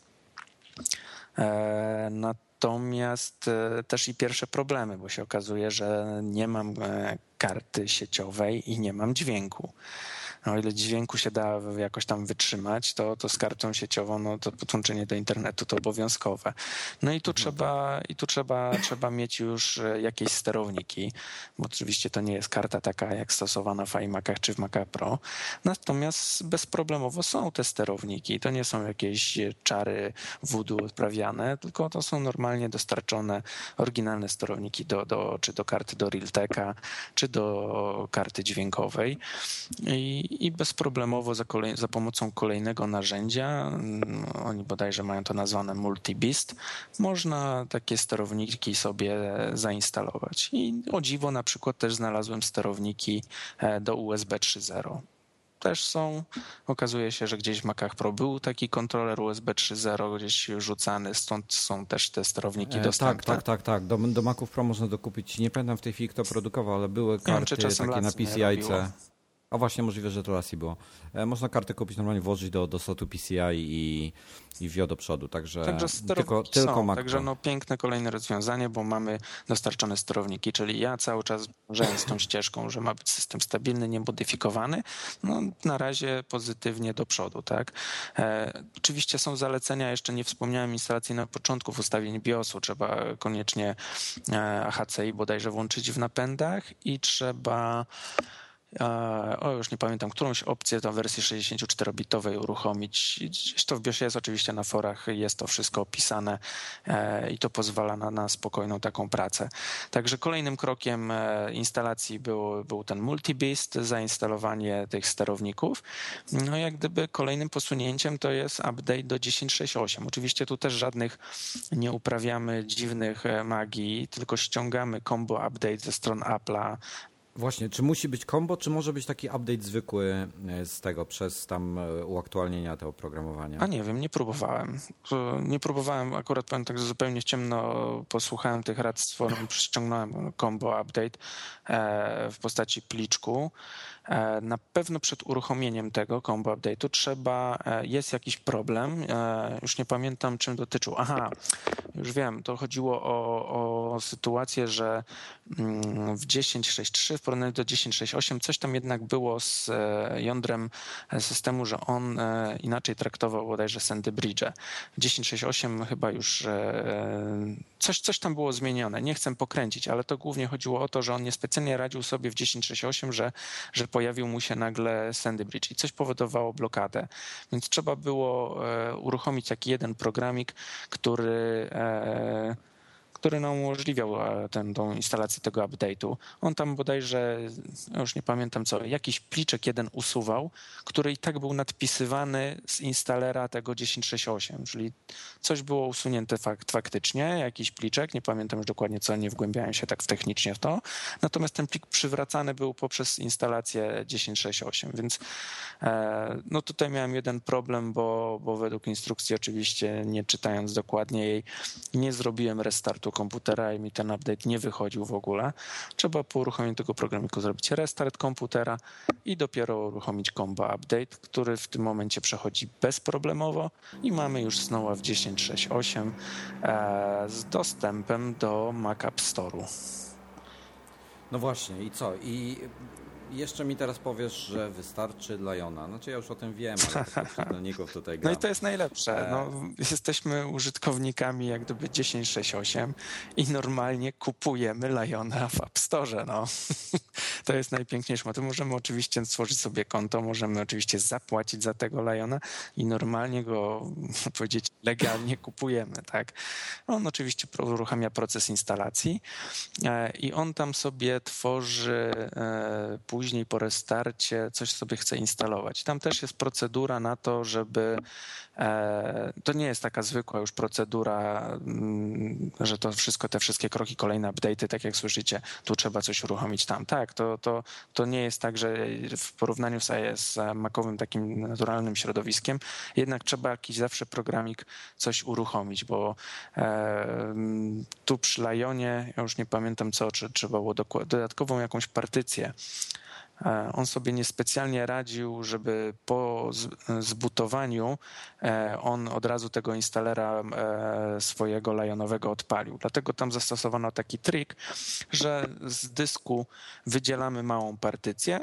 Natomiast też i pierwsze problemy, bo się okazuje, że nie mam karty sieciowej i nie mam dźwięku. O ile dźwięku się da jakoś tam wytrzymać, to z kartą sieciową, to podłączenie do internetu to obowiązkowe. I tu trzeba mieć już jakieś sterowniki, bo oczywiście to nie jest karta taka jak stosowana w iMacach czy w Maca Pro. Natomiast bezproblemowo są te sterowniki. To nie są jakieś czary voodoo odprawiane, tylko to są normalnie dostarczone oryginalne sterowniki czy do karty do Realteka, czy do karty dźwiękowej. I bezproblemowo za pomocą kolejnego narzędzia, oni bodajże mają to nazwane MultiBeast, można takie sterowniki sobie zainstalować. I o dziwo na przykład też znalazłem sterowniki do USB 3.0. Też są. Okazuje się, że gdzieś w Macach Pro był taki kontroler USB 3.0 gdzieś rzucany, stąd są też te sterowniki dostępne.
Tak. Do Maców Pro można dokupić. Nie pamiętam w tej chwili, kto produkował, ale były karty takie na PCI-ce. A właśnie, możliwe, że to Lassi było. Można kartę kupić normalnie, włożyć do slotu PCI i wio do przodu, także tylko Mac.
Także piękne kolejne rozwiązanie, bo mamy dostarczone sterowniki, czyli ja cały czas dążę z tą ścieżką, że ma być system stabilny, niemodyfikowany. Na razie pozytywnie do przodu, tak. Oczywiście są zalecenia, jeszcze nie wspomniałem instalacji na początku w ustawieniu BIOS-u. Trzeba koniecznie HCI bodajże włączyć w napędach i trzeba już nie pamiętam, którąś opcję do wersji 64-bitowej uruchomić. Gdzieś to w BIOSie jest oczywiście na forach, jest to wszystko opisane i to pozwala na spokojną taką pracę. Także kolejnym krokiem instalacji był ten multi-beast, zainstalowanie tych sterowników. No jak gdyby kolejnym posunięciem to jest update do 10.6.8. Oczywiście tu też żadnych nie uprawiamy dziwnych magii, tylko ściągamy combo update ze stron Apple'a.
Właśnie, czy musi być combo, czy może być taki update zwykły z tego, przez tam uaktualnienia tego oprogramowania?
A nie wiem, nie próbowałem. Nie próbowałem, akurat powiem tak, że zupełnie w ciemno posłuchałem tych rad z forum, ściągnąłem combo update w postaci pliczku. Na pewno przed uruchomieniem tego combo update'u jest jakiś problem. Już nie pamiętam, czym dotyczył. Aha, już wiem, to chodziło o sytuację, że w 10.6.3 w porównaniu do 10.6.8 coś tam jednak było z jądrem systemu, że on inaczej traktował bodajże Sandy Bridge. W 10.6.8 chyba już coś tam było zmienione. Nie chcę pokręcić, ale to głównie chodziło o to, że on niespecjalnie radził sobie w 10.6.8, że pojawił mu się nagle Sandy Bridge i coś powodowało blokadę. Więc trzeba było uruchomić taki jeden programik, który nam umożliwiał tą instalację tego update'u. On tam bodajże, już nie pamiętam co, jakiś pliczek jeden usuwał, który i tak był nadpisywany z instalera tego 10.6.8, czyli coś było usunięte faktycznie, jakiś pliczek, nie pamiętam już dokładnie co, nie wgłębiałem się tak technicznie w to, natomiast ten plik przywracany był poprzez instalację 10.6.8, więc no tutaj miałem jeden problem, bo według instrukcji oczywiście, nie czytając dokładnie jej, nie zrobiłem restartu komputera i mi ten update nie wychodził w ogóle. Trzeba po uruchomieniu tego programiku zrobić restart komputera i dopiero uruchomić combo update, który w tym momencie przechodzi bezproblemowo i mamy już znowu w 10.6.8 z dostępem do Mac App Store'u.
No właśnie, i co? I jeszcze mi teraz powiesz, że wystarczy dla Jona. Znaczy ja już o tym wiem, ale dla czytelników tutaj gram.
No i to jest najlepsze. No, jesteśmy użytkownikami jak gdyby 10.6.8 i normalnie kupujemy Liona w App Store. No. To jest najpiękniejsze. To możemy oczywiście stworzyć sobie konto, możemy oczywiście zapłacić za tego Liona i normalnie go, powiedzieć, legalnie kupujemy. Tak? On oczywiście uruchamia proces instalacji i on tam sobie tworzy później po restarcie coś sobie chce instalować. Tam też jest procedura na to, żeby to nie jest taka zwykła już procedura, że to wszystko, te wszystkie kroki, kolejne update'y, tak jak słyszycie, tu trzeba coś uruchomić tam. Tak, to nie jest tak, że w porównaniu z Macowym takim naturalnym środowiskiem, jednak trzeba jakiś zawsze programik coś uruchomić, bo tu przy Lionie, ja już nie pamiętam co, czy trzeba było dodatkową jakąś partycję. On sobie niespecjalnie radził, żeby po zbutowaniu on od razu tego instalera swojego Lionowego odpalił. Dlatego tam zastosowano taki trik, że z dysku wydzielamy małą partycję,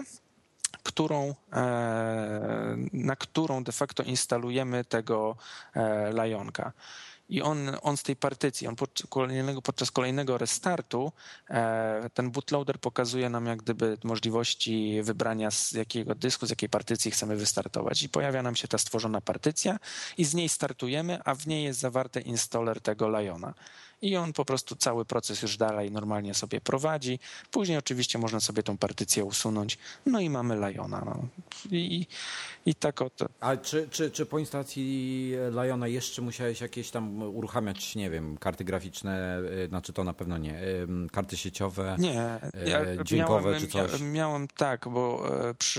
na którą de facto instalujemy tego Lionka. I on z tej partycji, podczas kolejnego restartu ten bootloader pokazuje nam jak gdyby możliwości wybrania z jakiego dysku, z jakiej partycji chcemy wystartować. I pojawia nam się ta stworzona partycja i z niej startujemy, a w niej jest zawarty installer tego Liona. I on po prostu cały proces już dalej normalnie sobie prowadzi. Później oczywiście można sobie tą partycję usunąć. No i mamy Liona. No. I tak oto.
A czy po instalacji Liona jeszcze musiałeś jakieś tam uruchamiać, nie wiem, karty graficzne, znaczy to na pewno nie, karty sieciowe,
nie,
dźwiękowe czy coś?
Miałem tak, bo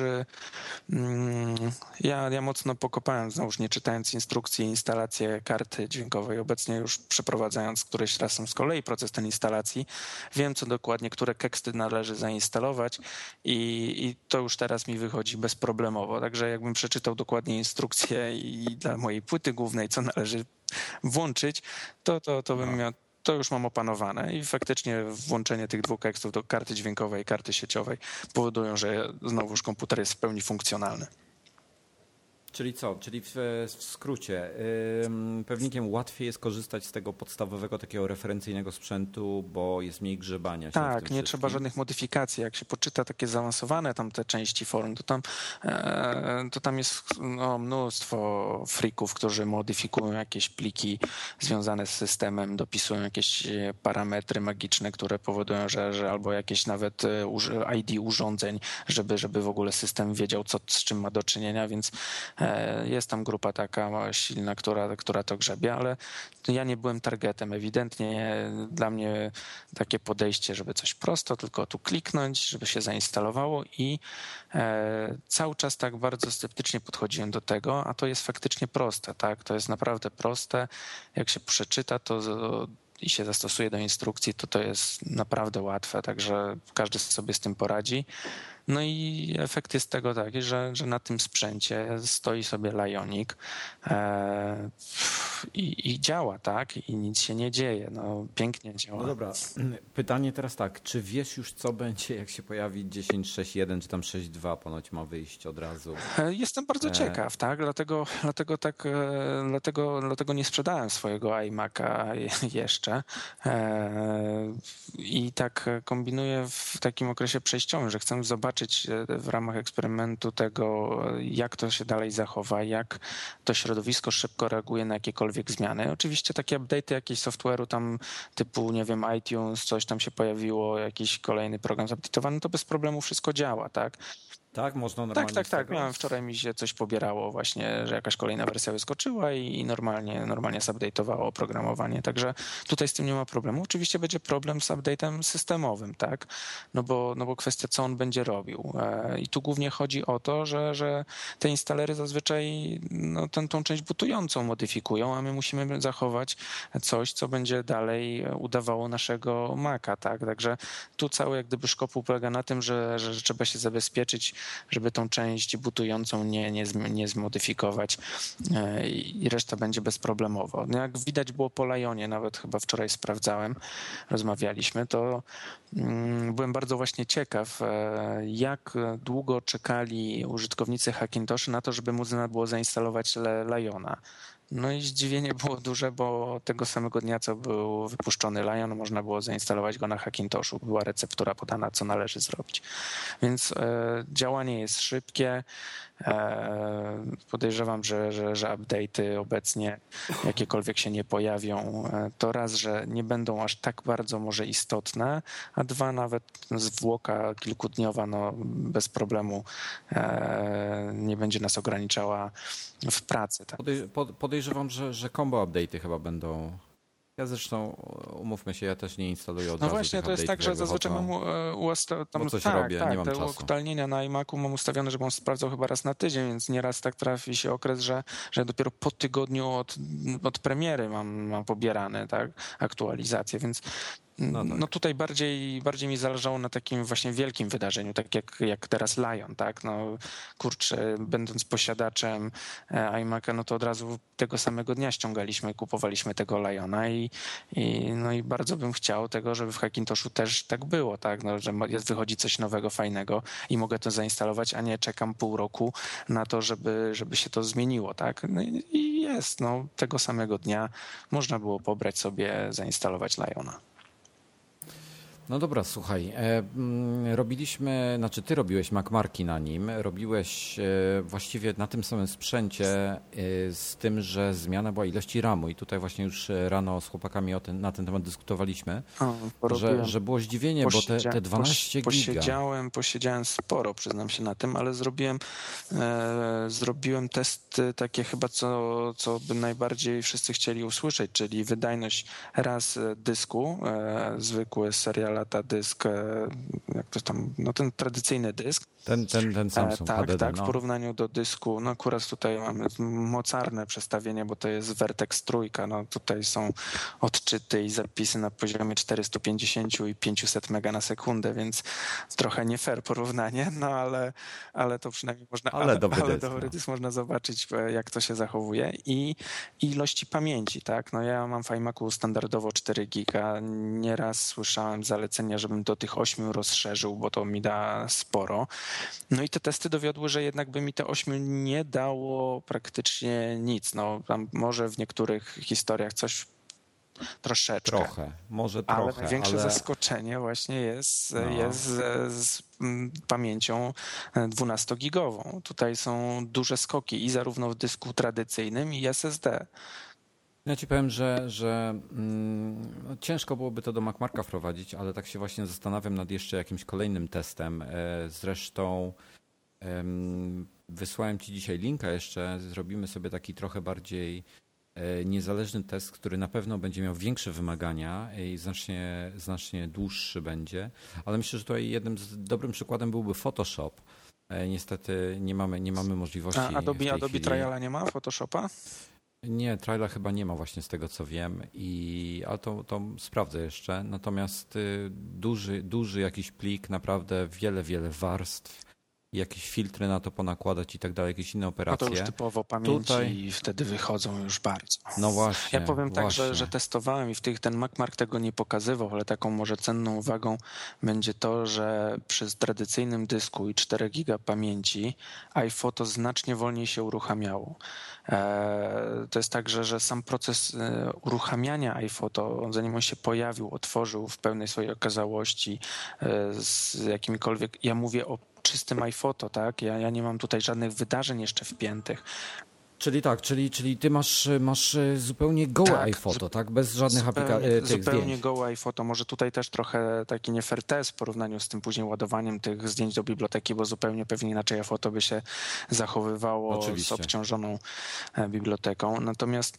ja mocno pokopałem, znowuż nie czytając instrukcji, instalację karty dźwiękowej. Obecnie już przeprowadzając któryś raz z kolei proces ten instalacji, wiem co dokładnie, które teksty należy zainstalować i to już teraz mi wychodzi bezproblemowo. Także jakbym przeczytał dokładnie instrukcję i dla mojej płyty głównej, co należy włączyć, to bym miał, to już mam opanowane i faktycznie włączenie tych dwóch tekstów do karty dźwiękowej i karty sieciowej powodują, że znowuż komputer jest w pełni funkcjonalny.
Czyli co? Czyli w skrócie, pewnikiem łatwiej jest korzystać z tego podstawowego takiego referencyjnego sprzętu, bo jest mniej grzebania się w tym
Tak, nie
wszystkim.
trzeba żadnych modyfikacji. Jak się poczyta takie zaawansowane tam te części forum, to tam jest mnóstwo freaków, którzy modyfikują jakieś pliki związane z systemem, dopisują jakieś parametry magiczne, które powodują, że albo jakieś nawet ID urządzeń, żeby w ogóle system wiedział, z czym ma do czynienia, więc jest tam grupa taka silna, która to grzebie, ale ja nie byłem targetem. Ewidentnie dla mnie takie podejście, żeby coś prosto, tylko tu kliknąć, żeby się zainstalowało i cały czas tak bardzo sceptycznie podchodziłem do tego, a to jest faktycznie proste, tak? To jest naprawdę proste. Jak się przeczyta to i się zastosuje do instrukcji, to jest naprawdę łatwe, także każdy sobie z tym poradzi. No i efekt jest tego taki, że na tym sprzęcie stoi sobie Lionik i działa, tak? I nic się nie dzieje. No, pięknie działa.
No dobra, pytanie teraz tak, czy wiesz już co będzie, jak się pojawi 10.6.1 czy tam 6.2 ponoć ma wyjść od razu?
Jestem bardzo ciekaw, tak? Dlatego nie sprzedałem swojego iMac'a jeszcze i tak kombinuję w takim okresie przejściowym, że chcę zobaczyć w ramach eksperymentu tego, jak to się dalej zachowa, jak to środowisko szybko reaguje na jakiekolwiek zmiany. Oczywiście takie update'y jakiegoś software'u tam typu, nie wiem, iTunes, coś tam się pojawiło, jakiś kolejny program zupdate'owany, to bez problemu wszystko działa, tak?
Tak, można normalnie.
Tak. Miałem wczoraj, mi się coś pobierało właśnie, że jakaś kolejna wersja wyskoczyła i normalnie zupdate'owało oprogramowanie. Także tutaj z tym nie ma problemu. Oczywiście będzie problem z update'em systemowym, tak? No bo kwestia, co on będzie robił. I tu głównie chodzi o to, że te instalery zazwyczaj tą część bootującą modyfikują, a my musimy zachować coś, co będzie dalej udawało naszego Maca, tak? Także tu cały jak gdyby szkopuł polega na tym, że trzeba się zabezpieczyć, żeby tą część bootującą nie zmodyfikować i reszta będzie bezproblemowo. No jak widać było po Lionie, nawet chyba wczoraj sprawdzałem, rozmawialiśmy, to byłem bardzo właśnie ciekaw, jak długo czekali użytkownicy Hackintosha na to, żeby można było zainstalować Liona. No i zdziwienie było duże, bo tego samego dnia, co był wypuszczony Lion, można było zainstalować go na Hackintoshu. Była receptura podana, co należy zrobić. Więc działanie jest szybkie. Podejrzewam, że update'y obecnie jakiekolwiek się nie pojawią, to raz, że nie będą aż tak bardzo może istotne, a dwa, nawet zwłoka kilkudniowa bez problemu nie będzie nas ograniczała w pracy. Tak?
Podejrzewam, że combo update'y chyba będą. Ja zresztą, umówmy się, ja też nie instaluję od razu.
No właśnie, to jest tak, że zazwyczaj mam
robię, nie mam
te
czasu.
uaktualnienia na iMacu mam ustawione, żeby on sprawdzał chyba raz na tydzień, więc nieraz tak trafi się okres, że dopiero po tygodniu od premiery mam pobierane, tak, aktualizacje, więc no tutaj bardziej mi zależało na takim właśnie wielkim wydarzeniu, tak jak teraz Lion, tak? No kurczę, będąc posiadaczem iMac'a, no to od razu tego samego dnia ściągaliśmy, kupowaliśmy tego Liona i bardzo bym chciał tego, żeby w Hackintoshu też tak było, tak? No, że wychodzi coś nowego, fajnego i mogę to zainstalować, a nie czekam pół roku na to, żeby się to zmieniło, tak? No i jest, tego samego dnia można było pobrać sobie, zainstalować Liona.
No dobra, słuchaj, ty robiłeś MacMarki na nim, robiłeś właściwie na tym samym sprzęcie z tym, że zmiana była ilości RAM-u i tutaj właśnie już rano z chłopakami na ten temat dyskutowaliśmy, że było zdziwienie, bo te 12 giga.
Posiedziałem sporo, przyznam się na tym, ale zrobiłem testy takie chyba, co by najbardziej wszyscy chcieli usłyszeć, czyli wydajność raz dysku, zwykły serial lata dysk, jak to tam, ten tradycyjny dysk.
Ten Samsung HDD.
Tak, w porównaniu do dysku, akurat tutaj mamy mocarne przestawienie, bo to jest Vertex trójka, tutaj są odczyty i zapisy na poziomie 450 i 500 mega na sekundę, więc trochę nie fair porównanie, ale to przynajmniej można, dobry dysk można zobaczyć, jak to się zachowuje i ilości pamięci, tak, ja mam w iMacu standardowo 4 giga, nieraz słyszałem zalecenia zalecenia, żebym do tych 8 rozszerzył, bo to mi da sporo. No i te testy dowiodły, że jednak by mi te 8 nie dało praktycznie nic. No tam może w niektórych historiach coś troszeczkę.
Może
ale
trochę.
Największe zaskoczenie właśnie jest z pamięcią 12-gigową. Tutaj są duże skoki i zarówno w dysku tradycyjnym i SSD.
Ja ci powiem, że ciężko byłoby to do MacMarka wprowadzić, ale tak się właśnie zastanawiam nad jeszcze jakimś kolejnym testem. Zresztą wysłałem ci dzisiaj linka jeszcze, zrobimy sobie taki trochę bardziej niezależny test, który na pewno będzie miał większe wymagania i znacznie dłuższy będzie, ale myślę, że tutaj jednym dobrym przykładem byłby Photoshop. Niestety nie mamy możliwości.
Adobe Triala nie ma Photoshopa?
Nie, Triala chyba nie ma właśnie z tego co wiem, ale to sprawdzę jeszcze. Natomiast duży jakiś plik, naprawdę wiele warstw, jakieś filtry na to ponakładać i tak dalej, jakieś inne operacje.
No to już typowo pamięci i wtedy wychodzą już bardzo.
No właśnie.
Ja powiem tak, że testowałem i ten MacMark tego nie pokazywał, ale taką może cenną uwagą będzie to, że przy tradycyjnym dysku i 4 giga pamięci iPhoto znacznie wolniej się uruchamiało. To jest tak, że sam proces uruchamiania iPhoto, zanim on się pojawił, otworzył w pełnej swojej okazałości z jakimikolwiek, ja mówię o czystym iPhoto, tak? Ja nie mam tutaj żadnych wydarzeń jeszcze wpiętych.
Czyli tak, czyli ty masz zupełnie gołe iPhoto, tak? Bez żadnych aplikacji.
Zupełnie gołe iPhoto. Może tutaj też trochę taki nie fair test w porównaniu z tym później ładowaniem tych zdjęć do biblioteki, bo zupełnie pewnie inaczej iPhoto by się zachowywało. Oczywiście. Z obciążoną biblioteką. Natomiast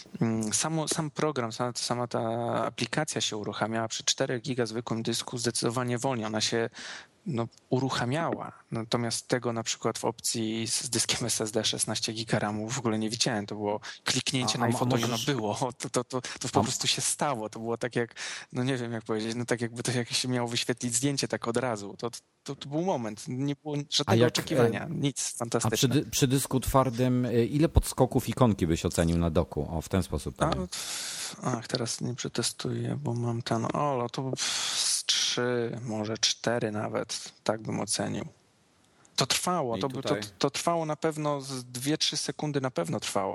sam program, sama ta aplikacja się uruchamiała przy 4 giga zwykłym dysku zdecydowanie wolniej. Ona się uruchamiała. Natomiast tego na przykład w opcji z dyskiem SSD 16 giga RAMu w ogóle nie widziałem. To było kliknięcie na iPhoto i ono było. To po prostu się stało. To było tak jak, no nie wiem jak powiedzieć, no tak jakby to jakieś miało wyświetlić zdjęcie tak od razu. To był moment. Nie było żadnego oczekiwania. Nic. Fantastyczne.
A przy dysku twardym ile podskoków ikonki byś ocenił na doku? O, w ten sposób.
Teraz nie przetestuję, bo mam to 3, może 4 nawet, tak bym ocenił. To trwało, to trwało na pewno, z 2-3 sekundy na pewno trwało.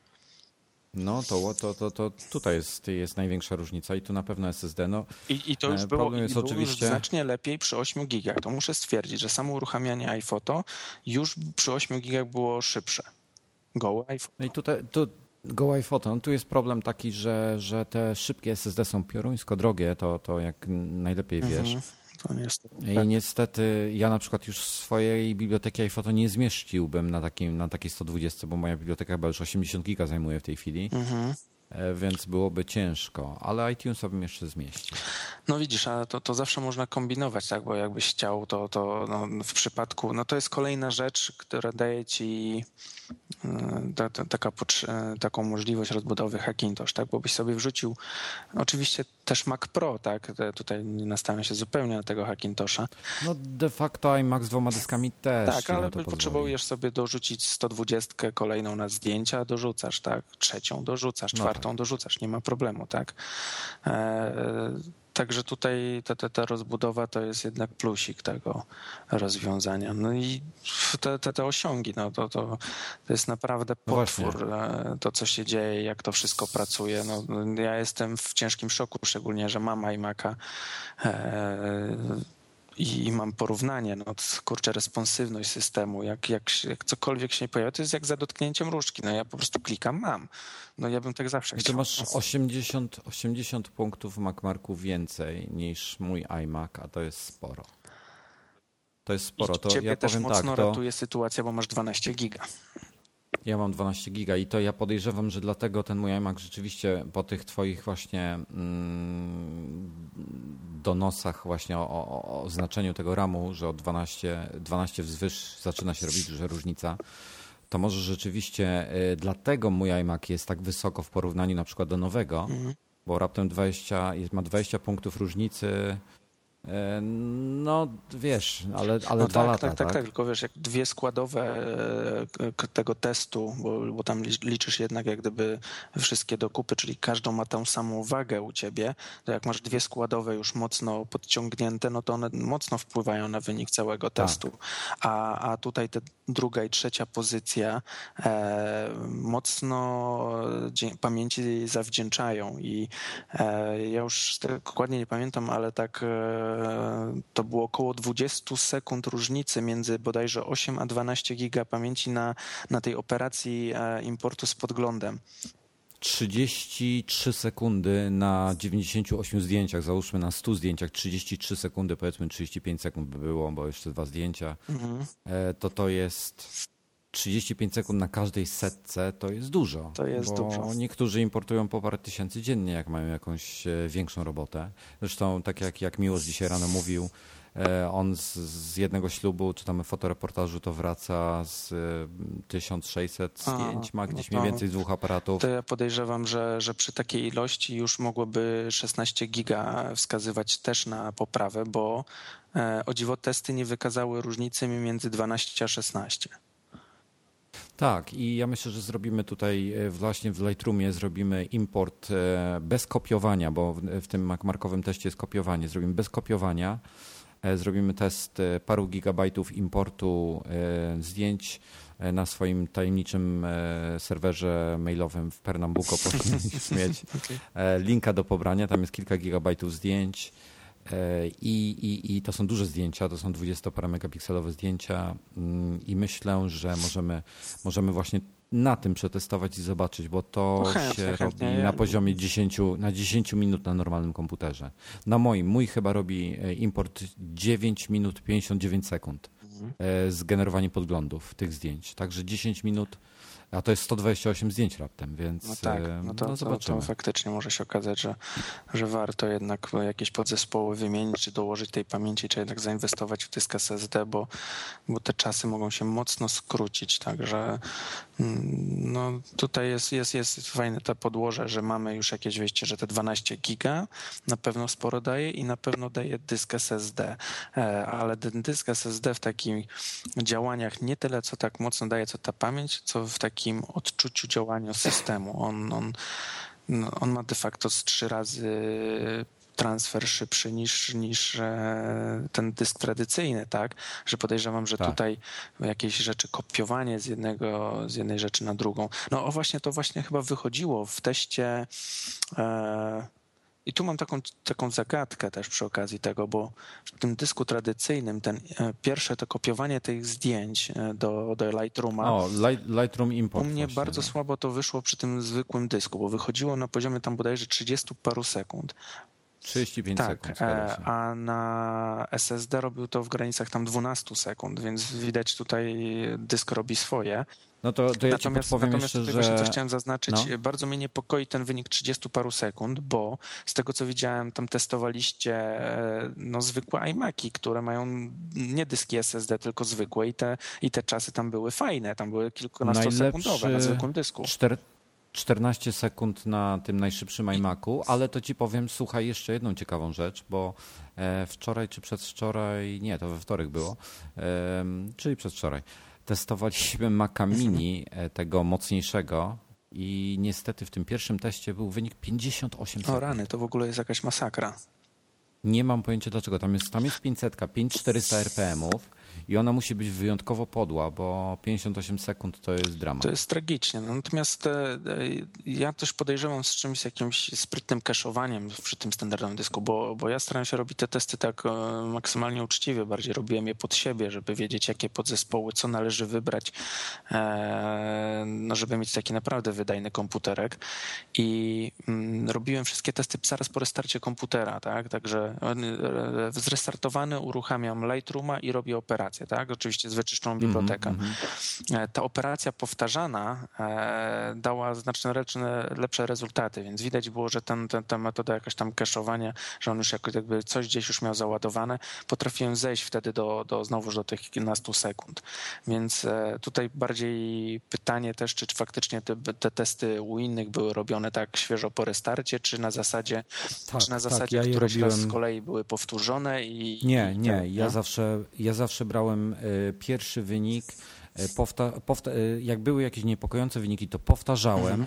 No to tutaj jest największa różnica i tu na pewno SSD. No,
I to już było, jest oczywiście już znacznie lepiej przy 8 gigach. To muszę stwierdzić, że samo uruchamianie iPhoto już przy 8 gigach było szybsze. Gołe iPhoto.
No i Go iPhoto. No tu jest problem taki, że te szybkie SSD są pioruńsko drogie, to jak najlepiej wiesz. I niestety ja na przykład już swojej biblioteki iPhoto nie zmieściłbym na takiej 120, bo moja biblioteka chyba już 80 giga zajmuje w tej chwili. Więc byłoby ciężko, ale iTunesa bym jeszcze zmieścił.
No widzisz, ale to zawsze można kombinować, tak? Bo jakbyś chciał, to w przypadku, to jest kolejna rzecz, która daje ci taką możliwość rozbudowy Hackintosh, tak? Bo byś sobie wrzucił, oczywiście też Mac Pro, tak? Tutaj nie nastawiam się zupełnie na tego Hackintosha.
No de facto iMac z 2 dyskami też.
Tak, ale potrzebujesz sobie dorzucić 120 kolejną na zdjęcia, dorzucasz, tak? 3 dorzucasz, 4 dorzucasz, nie ma problemu, tak? Także tutaj ta rozbudowa to jest jednak plusik tego rozwiązania. No i te osiągi, to jest naprawdę potwór, to co się dzieje, jak to wszystko pracuje. Ja jestem w ciężkim szoku, szczególnie, że mam iMac'a i mam porównanie, responsywność systemu, jak cokolwiek się pojawia, to jest jak za dotknięciem różdżki. Ja po prostu klikam, mam. Ja bym tak zawsze chciał.
Ty masz 80 punktów w MacMarku więcej niż mój iMac, a to jest sporo. To jest sporo.
I ciebie też mocno ratuje sytuacja, bo masz 12 giga.
Ja mam 12 giga i to ja podejrzewam, że dlatego ten mój iMac rzeczywiście po tych twoich właśnie donosach właśnie o znaczeniu tego RAMu, że od 12 wzwyż zaczyna się robić duża różnica, to może rzeczywiście dlatego mój iMac jest tak wysoko w porównaniu na przykład do nowego, bo raptem ma 20 punktów różnicy No wiesz, ale
No
2
tak,
lata,
tak, tylko wiesz, jak dwie składowe tego testu, bo tam liczysz jednak jak gdyby wszystkie dokupy, czyli każdą ma tą samą wagę u ciebie, to jak masz dwie składowe już mocno podciągnięte, no to one mocno wpływają na wynik całego testu. A tutaj te druga i trzecia pozycja mocno pamięci zawdzięczają i ja już dokładnie nie pamiętam, ale tak to było około 20 sekund różnicy między bodajże 8 a 12 giga pamięci na tej operacji importu z podglądem.
33 sekundy na 98 zdjęciach, załóżmy na 100 zdjęciach, 33 sekundy, powiedzmy 35 sekund by było, bo jeszcze 2 zdjęcia, to jest 35 sekund na każdej setce, to jest dużo.
To jest dużo.
Niektórzy importują po parę tysięcy dziennie, jak mają jakąś większą robotę. Zresztą tak jak Miłosz dzisiaj rano mówił, on z jednego ślubu, czy tam fotoreportażu, to wraca z 1600 zdjęć, ma gdzieś mniej więcej z 2 aparatów.
To ja podejrzewam, że przy takiej ilości już mogłoby 16 giga wskazywać też na poprawę, bo o dziwo testy nie wykazały różnicy między 12 a 16.
Tak, i ja myślę, że zrobimy tutaj właśnie w Lightroomie zrobimy import bez kopiowania, bo w tym MacMarkowym teście jest kopiowanie. Zrobimy bez kopiowania. Zrobimy test paru gigabajtów importu zdjęć na swoim tajemniczym serwerze mailowym w Pernambuco. Powinieneś mieć linka do pobrania. Tam jest kilka gigabajtów zdjęć. I to są duże zdjęcia, to są 20-paromegapikselowe zdjęcia i myślę, że możemy właśnie na tym przetestować i zobaczyć, bo to się robi na poziomie 10 minut na normalnym komputerze. Na mój chyba robi import 9 minut 59 sekund z generowaniem podglądów tych zdjęć. Także 10 minut, a to jest 128 zdjęć raptem, więc
no tak, zobaczymy. To faktycznie może się okazać, że warto jednak jakieś podzespoły wymienić, czy dołożyć tej pamięci, czy jednak zainwestować w dysk SSD, bo te czasy mogą się mocno skrócić, także no tutaj jest fajne to podłoże, że mamy już jakieś wyjście, że te 12 giga na pewno sporo daje i na pewno daje dysk SSD, ale ten dysk SSD w takich działaniach nie tyle, co tak mocno daje, co ta pamięć, co w takim odczuciu działania systemu. On ma de facto z 3 razy transfer szybszy niż ten dysk tradycyjny, tak? Że podejrzewam, że tutaj jakieś rzeczy, kopiowanie z jednej rzeczy na drugą. No to właśnie chyba wychodziło w teście. I tu mam taką zagadkę też przy okazji tego, bo w tym dysku tradycyjnym pierwsze to kopiowanie tych zdjęć do Lightrooma.
Lightroom import.
U mnie bardzo słabo to wyszło przy tym zwykłym dysku, bo wychodziło na poziomie tam bodajże 30 paru sekund.
35 sekund.
A na SSD robił to w granicach tam 12 sekund, więc widać tutaj dysk robi swoje.
No to ja ci podpowiem jeszcze, że...
Właśnie coś chciałem zaznaczyć. Bardzo mnie niepokoi ten wynik 30 paru sekund, bo z tego co widziałem, tam testowaliście zwykłe iMaki, które mają nie dyski SSD, tylko zwykłe i te czasy tam były fajne. Tam były kilkunastosekundowe na zwykłym dysku.
14 sekund na tym najszybszym iMacu, ale to ci powiem, słuchaj, jeszcze jedną ciekawą rzecz, bo wczoraj czy przedwczoraj, nie, to we wtorek było, czyli przedwczoraj, testowaliśmy Maca Mini, tego mocniejszego i niestety w tym pierwszym teście był wynik 58 sekund.
O rany, to w ogóle jest jakaś masakra.
Nie mam pojęcia dlaczego. Tam jest 500, 5400 RPM-ów i ona musi być wyjątkowo podła, bo 58 sekund to jest dramat.
To jest tragicznie. Natomiast ja też podejrzewam z jakimś sprytnym cache'owaniem przy tym standardowym dysku, bo ja staram się robić te testy tak maksymalnie uczciwie. Bardziej robiłem je pod siebie, żeby wiedzieć, jakie podzespoły, co należy wybrać, żeby mieć taki naprawdę wydajny komputerek. I robiłem wszystkie testy zaraz po restarcie komputera, tak? Także zrestartowany uruchamiam Lightrooma i robię operację. operację, tak? Oczywiście z wyczyszczoną biblioteką. Ta operacja powtarzana dała znacznie lepsze rezultaty, więc widać było, że ta metoda jakaś tam cache'owania, że on już jakby coś gdzieś już miał załadowane, potrafiłem zejść wtedy znowuż do tych kilkunastu sekund. Więc tutaj bardziej pytanie też, czy faktycznie te testy u innych były robione tak świeżo po restarcie, czy na zasadzie,
ja je
któreś raz
robiłem.
z kolei były powtórzone i...
Nie. Ja zawsze brałem pierwszy wynik, jak były jakieś niepokojące wyniki, to powtarzałem,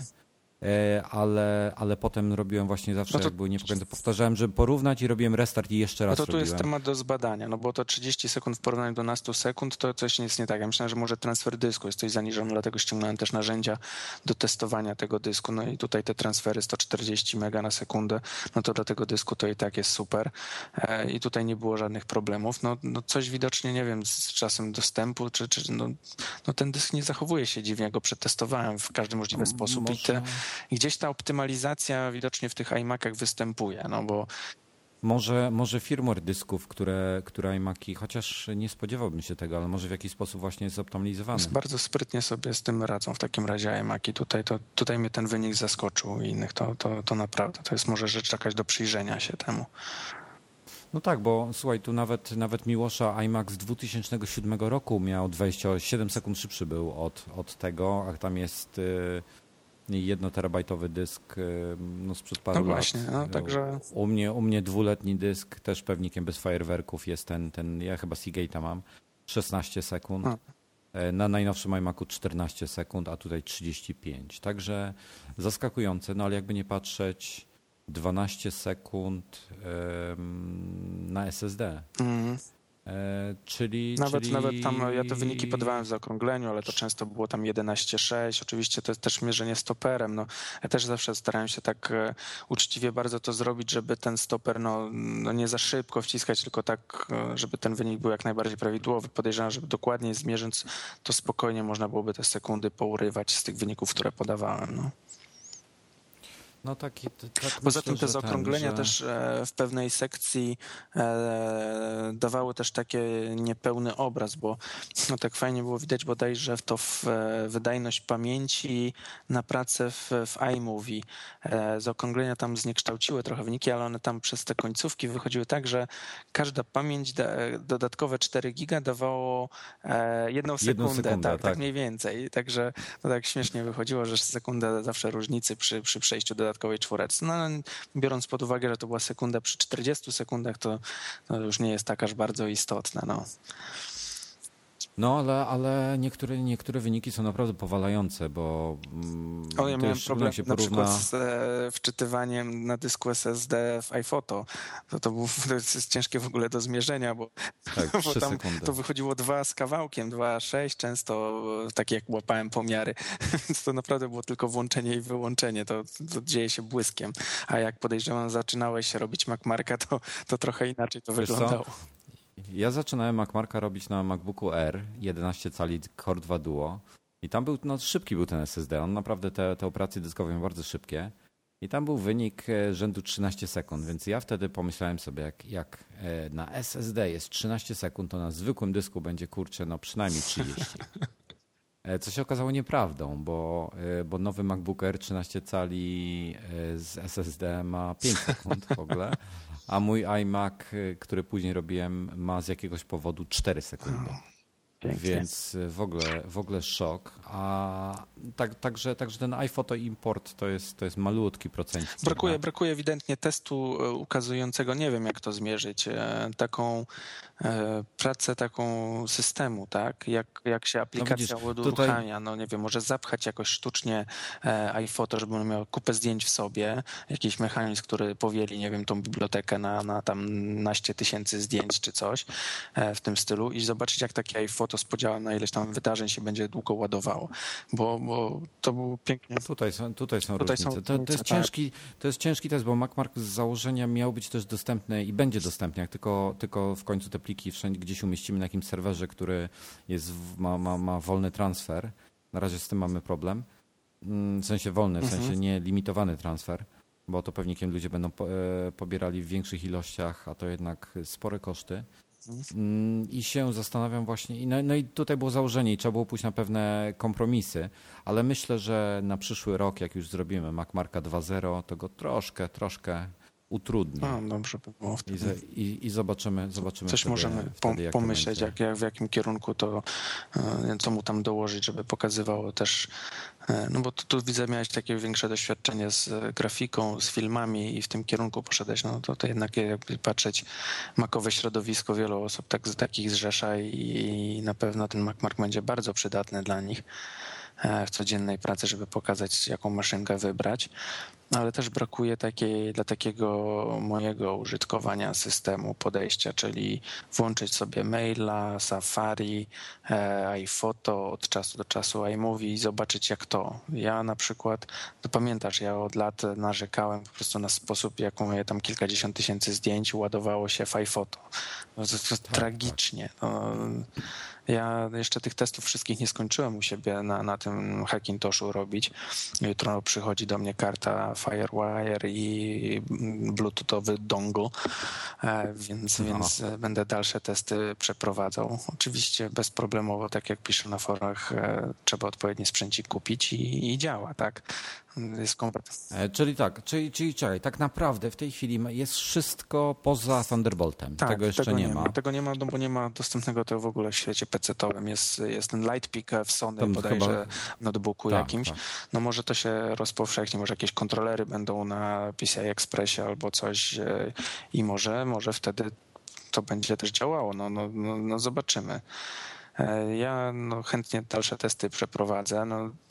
ale potem robiłem właśnie zawsze, jak były niepokojące, powtarzałem, żeby porównać i robiłem restart i jeszcze raz
No to tu
robiłem.
jest temat do zbadania, no bo to 30 sekund w porównaniu do 12 sekund, to coś jest nie tak. Ja myślałem, że może transfer dysku jest coś zaniżony, dlatego ściągnąłem też narzędzia do testowania tego dysku. No i tutaj te transfery 140 mega na sekundę, no to dla tego dysku to i tak jest super. I tutaj nie było żadnych problemów. No coś widocznie, nie wiem, z czasem dostępu, czy ten dysk nie zachowuje się dziwnie, ja go przetestowałem w każdy możliwy sposób. I gdzieś ta optymalizacja widocznie w tych iMacach występuje, no bo
Może firmware dysków, które iMaki, chociaż nie spodziewałbym się tego, ale może w jakiś sposób właśnie jest zoptymalizowany.
bardzo sprytnie sobie z tym radzą w takim razie iMaki. Tutaj mnie ten wynik zaskoczył i innych. To naprawdę, to jest może rzecz jakaś do przyjrzenia się temu.
No tak, bo słuchaj, tu nawet Miłosza iMac z 2007 roku miał 27 sekund szybszy był od tego, a tam jest 1 terabajtowy dysk sprzed paru lat.
Właśnie, także...
U mnie 2-letni dysk, też pewnikiem bez fajerwerków jest ten ja chyba Seagate'a mam, 16 sekund. Na najnowszym iMacu 14 sekund, a tutaj 35. Także zaskakujące, no ale jakby nie patrzeć, 12 sekund na SSD. Czyli
Nawet tam, ja te wyniki podawałem w zaokrągleniu, ale to często było tam 11,6. Oczywiście to jest też mierzenie stoperem. No, ja też zawsze starałem się tak uczciwie bardzo to zrobić, żeby ten stoper nie za szybko wciskać, tylko tak, żeby ten wynik był jak najbardziej prawidłowy. Podejrzewam, żeby dokładniej zmierząc, to spokojnie można byłoby te sekundy pourywać z tych wyników, które podawałem. No.
No tak
Poza tym te zaokrąglenia też w pewnej sekcji dawały też taki niepełny obraz, bo tak fajnie było widać bodajże w wydajność pamięci na pracę w iMovie. Zaokrąglenia tam zniekształciły trochę wyniki, ale one tam przez te końcówki wychodziły tak, że każda pamięć, dodatkowe 4 giga dawało 1 sekundę. Tak mniej więcej. Także to tak śmiesznie wychodziło, że sekunda zawsze różnicy przy przejściu dodatkowej czwóreczce. No, ale biorąc pod uwagę, że to była sekunda przy 40 sekundach, to już nie jest tak aż bardzo istotne.
No, ale niektóre wyniki są naprawdę powalające, bo
ja miałem problem na przykład z wczytywaniem na dysku SSD w iPhoto. To jest ciężkie w ogóle do zmierzenia, bo tam sekundy. To wychodziło 2 z kawałkiem, 2,6 często, tak jak łapałem pomiary. Więc to naprawdę było tylko włączenie i wyłączenie. To dzieje się błyskiem. A jak podejrzewam, zaczynałeś robić MacMarka, to trochę inaczej to wyglądało.
Ja zaczynałem MacMarka robić na MacBooku R, 11 cali Core 2 Duo i tam był, szybki był ten SSD, on naprawdę te operacje dyskowe miał bardzo szybkie i tam był wynik rzędu 13 sekund, więc ja wtedy pomyślałem sobie, jak na SSD jest 13 sekund, to na zwykłym dysku będzie, przynajmniej 30. Co się okazało nieprawdą, bo nowy MacBook Air 13 cali z SSD ma 5 sekund w ogóle, a mój iMac, który później robiłem, ma z jakiegoś powodu 4 sekundy. Więc w ogóle szok. Także ten iPhoto import to jest malutki procent.
Brakuje ewidentnie testu ukazującego, nie wiem jak to zmierzyć, taką pracę systemu, tak? Jak się aplikacja uruchamia, nie wiem, może zapchać jakoś sztucznie iPhoto, żeby on miał kupę zdjęć w sobie, jakiś mechanizm, który powieli, nie wiem, tą bibliotekę na tam naście tysięcy zdjęć czy coś w tym stylu i zobaczyć jak takie iPhoto z podziałem na ileś tam wydarzeń się będzie długo ładowało, bo to było pięknie.
Tutaj są różnice. To jest ciężki test, bo MacMark z założenia miał być też dostępny i będzie dostępny, jak tylko w końcu te pliki wszędzie gdzieś umieścimy na jakimś serwerze, który ma wolny transfer. Na razie z tym mamy problem. W sensie wolny, w sensie nie limitowany transfer, bo to pewnikiem ludzie będą pobierali w większych ilościach, a to jednak spore koszty. I się zastanawiam właśnie, no i tutaj było założenie i trzeba było pójść na pewne kompromisy, ale myślę, że na przyszły rok, jak już zrobimy MacMarka 2.0, to go troszkę utrudni.
Dobrze by było wtedy.
I zobaczymy
Coś
wtedy,
możemy
jak
pomyśleć,
to
w jakim kierunku to, co mu tam dołożyć, żeby pokazywało też, no bo tu widzę, miałeś takie większe doświadczenie z grafiką, z filmami i w tym kierunku poszedłeś, no to jednak jakby patrzeć, makowe środowisko, wielu osób takich zrzesza i na pewno ten MacMark będzie bardzo przydatny dla nich w codziennej pracy, żeby pokazać, jaką maszynkę wybrać. Ale też brakuje dla takiego mojego użytkowania systemu podejścia, czyli włączyć sobie maila, Safari, iPhoto, od czasu do czasu iMovie i zobaczyć jak to. Ja na przykład, to pamiętasz, ja od lat narzekałem po prostu na sposób, jaką moje tam kilkadziesiąt tysięcy zdjęć ładowało się w iPhoto. To tragicznie. Ja jeszcze tych testów wszystkich nie skończyłem u siebie na tym Hackintoshu robić. Jutro przychodzi do mnie karta FireWire i bluetoothowy dongle, więc będę dalsze testy przeprowadzał. Oczywiście bezproblemowo, tak jak piszę na forach, trzeba odpowiedni sprzęcik kupić i działa, tak? Jest
Czyli czekaj, tak naprawdę w tej chwili jest wszystko poza Thunderboltem.
Tak,
tego jeszcze nie ma.
Tego nie ma, bo nie ma dostępnego to w ogóle w świecie PC-towym. Jest ten Lightpeak w Sony bodajże notebooku jakimś. Tak. No może to się rozpowszechni, może jakieś kontrolery będą na PCI Expressie albo coś i może wtedy to będzie też działało. No zobaczymy. Ja chętnie dalsze testy przeprowadzę.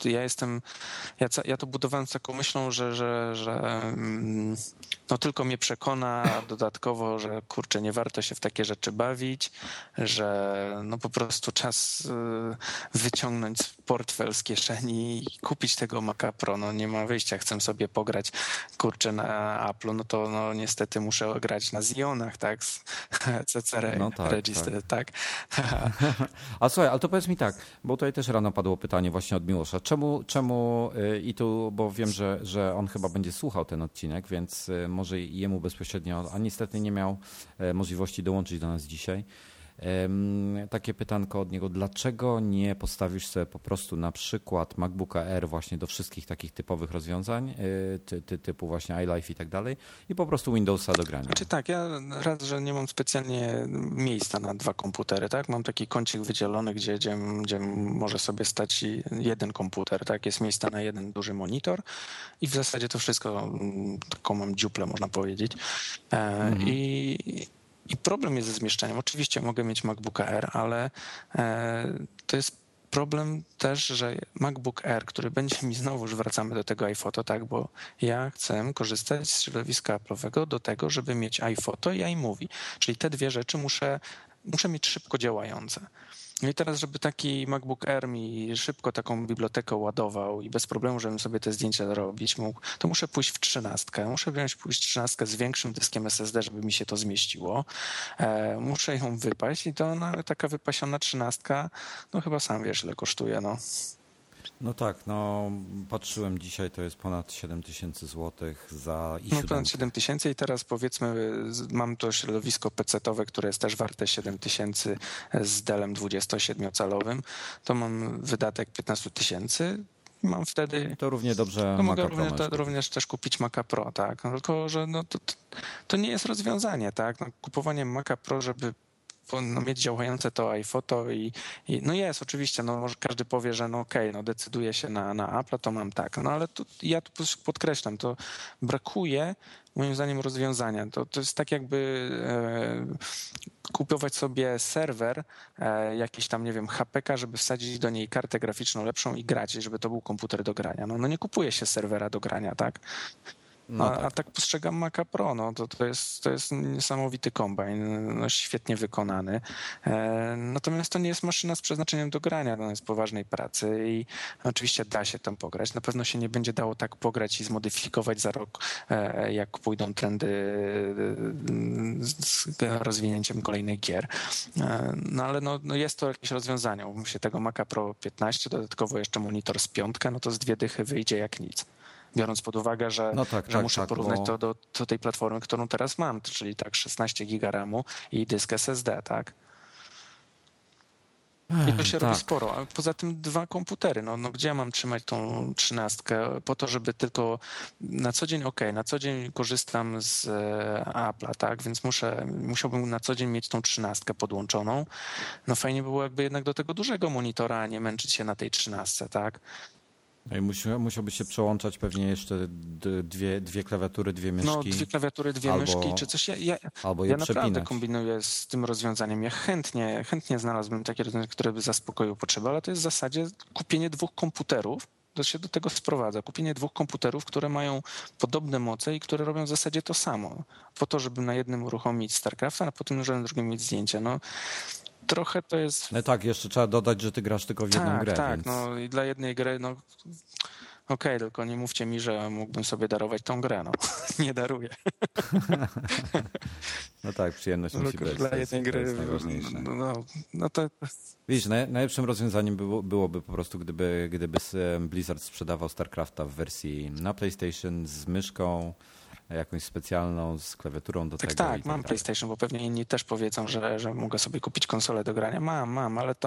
Ja to budowałem z taką myślą, że tylko mnie przekona dodatkowo, że kurczę, nie warto się w takie rzeczy bawić, że po prostu czas wyciągnąć portfel z kieszeni i kupić tego Maca Pro. No nie ma wyjścia, chcę sobie pograć kurczę na Apple'u, to niestety muszę grać na Xionach, tak, z CCR Register, tak.
A słuchaj, ale to powiedz mi tak, bo tutaj też rano padło pytanie właśnie od Miłosza. Czemu i tu, bo wiem, że on chyba będzie słuchał ten odcinek, więc może jemu bezpośrednio, a niestety nie miał możliwości dołączyć do nas dzisiaj. Takie pytanko od niego, dlaczego nie postawisz sobie po prostu na przykład MacBooka Air właśnie do wszystkich takich typowych rozwiązań, typu właśnie iLife i tak dalej i po prostu Windowsa do grania?
Znaczy tak, ja raz, że nie mam specjalnie miejsca na dwa komputery, tak? Mam taki kącik wydzielony, gdzie może sobie stać jeden komputer, tak? Jest miejsca na jeden duży monitor i w zasadzie to wszystko, taką mam dziuplę można powiedzieć. I problem jest ze zmieszczaniem. Oczywiście mogę mieć MacBooka Air, ale to jest problem też, że MacBook Air, który będzie mi znowuż wracamy do tego iPhoto, tak, bo ja chcę korzystać z środowiska Apple'owego do tego, żeby mieć iPhoto i iMovie. Czyli te dwie rzeczy muszę mieć szybko działające. No i teraz, żeby taki MacBook Air mi szybko taką bibliotekę ładował i bez problemu, żebym sobie te zdjęcia robić mógł, to muszę pójść w 13. Muszę pójść 13 z większym dyskiem SSD, żeby mi się to zmieściło. Muszę ją wypaść i to taka wypasiona 13, chyba sam wiesz, ile kosztuje,
No tak, patrzyłem dzisiaj, to jest ponad 7000 zł za i7.
Ponad 7000 i teraz powiedzmy mam to środowisko PC-towe, które jest też warte 7000 z Dellem 27-calowym, to mam wydatek 15 000. Mam wtedy...
To równie dobrze
mogę również też kupić Maca Pro, tak? Tylko, że to nie jest rozwiązanie, tak? Kupowanie Maca Pro, żeby mieć działające to iPhoto i jest oczywiście, może każdy powie, że decyduje się na Apple, to mam tak, ale ja tu podkreślam, to brakuje moim zdaniem rozwiązania. To jest tak jakby kupować sobie serwer, jakiś tam, nie wiem, HPK, żeby wsadzić do niej kartę graficzną lepszą i grać, żeby to był komputer do grania. Nie kupuje się serwera do grania, tak? A tak postrzegam Maca Pro, to jest niesamowity kombajn, świetnie wykonany. Natomiast to nie jest maszyna z przeznaczeniem do grania, jest poważnej pracy i oczywiście da się tam pograć. Na pewno się nie będzie dało tak pograć i zmodyfikować za rok, jak pójdą trendy z rozwinięciem kolejnych gier. Ale jest to jakieś rozwiązanie. Umówmy się, tego Maca Pro 15, dodatkowo jeszcze monitor z 5, to z 2 dychy wyjdzie jak nic. biorąc pod uwagę, że, że muszę porównać to do tej platformy, którą teraz mam, czyli tak 16 giga RAMu i dysk SSD, tak? I to się robi sporo, a poza tym 2 komputery, no gdzie ja mam trzymać tą 13 po to, żeby tylko na co dzień, na co dzień korzystam z Apple'a, tak, więc musiałbym na co dzień mieć tą 13 podłączoną. No fajnie było jakby jednak do tego dużego monitora, a nie męczyć się na tej 13, tak.
No i musiałbyś się przełączać pewnie jeszcze dwie klawiatury, 2 myszki.
No 2 klawiatury, 2 myszki czy coś.
Albo je
ja naprawdę
przepinać.
kombinuję z tym rozwiązaniem. Ja chętnie znalazłbym takie rozwiązanie, które by zaspokoiły potrzeby, ale to jest w zasadzie kupienie 2 komputerów. To się do tego sprowadza. Kupienie 2 komputerów, które mają podobne moce i które robią w zasadzie to samo. Po to, żeby na jednym uruchomić StarCrafta, a potem na drugim mieć zdjęcia. No, trochę to jest...
No tak, jeszcze trzeba dodać, że ty grasz tylko w jedną grę.
Tak,
więc...
no i dla jednej gry, no okej, tylko nie mówcie mi, że mógłbym sobie darować tą grę, no. Nie daruję.
No tak, przyjemność musi być.
Dla jednej gry,
to jest najważniejsze.
No to...
Widzisz, najlepszym rozwiązaniem byłoby po prostu, gdyby Blizzard sprzedawał StarCrafta w wersji na PlayStation z myszką, jakąś specjalną, z klawiaturą do tego.
Tak, mam PlayStation, bo pewnie inni też powiedzą, że mogę sobie kupić konsolę do grania. Mam, ale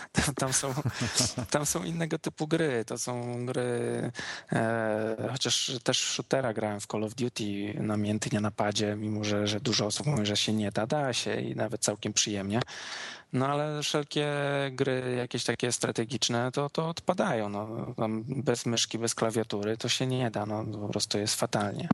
tam są innego typu gry. To są gry, chociaż też shootera grałem w Call of Duty namiętnie na padzie, mimo że dużo osób mówi, że się nie da się i nawet całkiem przyjemnie. No ale wszelkie gry jakieś takie strategiczne to odpadają. No, tam bez myszki, bez klawiatury to się nie da. No, po prostu jest fatalnie.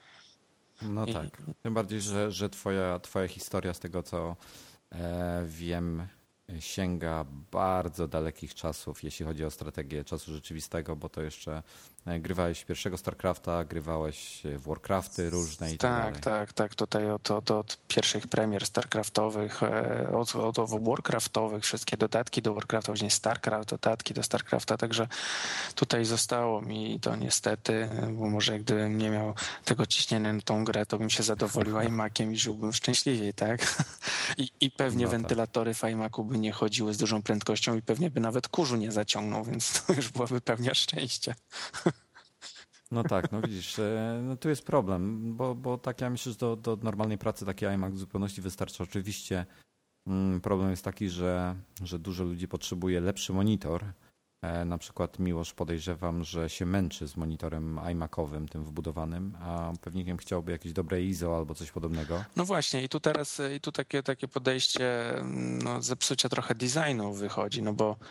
No tak, tym bardziej, że twoja historia z tego, co wiem, sięga bardzo dalekich czasów, jeśli chodzi o strategię czasu rzeczywistego, bo to jeszcze grywałeś w pierwszego StarCrafta, grywałeś w Warcrafty różne i tak dalej.
Tak. Tutaj od pierwszych premier StarCraftowych, od Warcraftowych, wszystkie dodatki do Warcrafta, później StarCraft, dodatki do StarCrafta, także tutaj zostało mi to niestety, bo może gdybym nie miał tego ciśnienia na tą grę, to bym się zadowolił iMaciem i żyłbym szczęśliwiej, tak? I pewnie wentylatory w iMacu by nie chodziły z dużą prędkością i pewnie by nawet kurzu nie zaciągnął, więc to już byłaby pewnie szczęście.
No tak, no widzisz, no tu jest problem, bo tak ja myślę, że do normalnej pracy taki iMac w zupełności wystarczy. Oczywiście problem jest taki, że dużo ludzi potrzebuje lepszy monitor. Na przykład Miłosz, podejrzewam, że się męczy z monitorem iMacowym, tym wbudowanym, a pewnie chciałby jakieś dobre ISO albo coś podobnego.
No właśnie i tu takie podejście zepsucia trochę designu wychodzi, no bo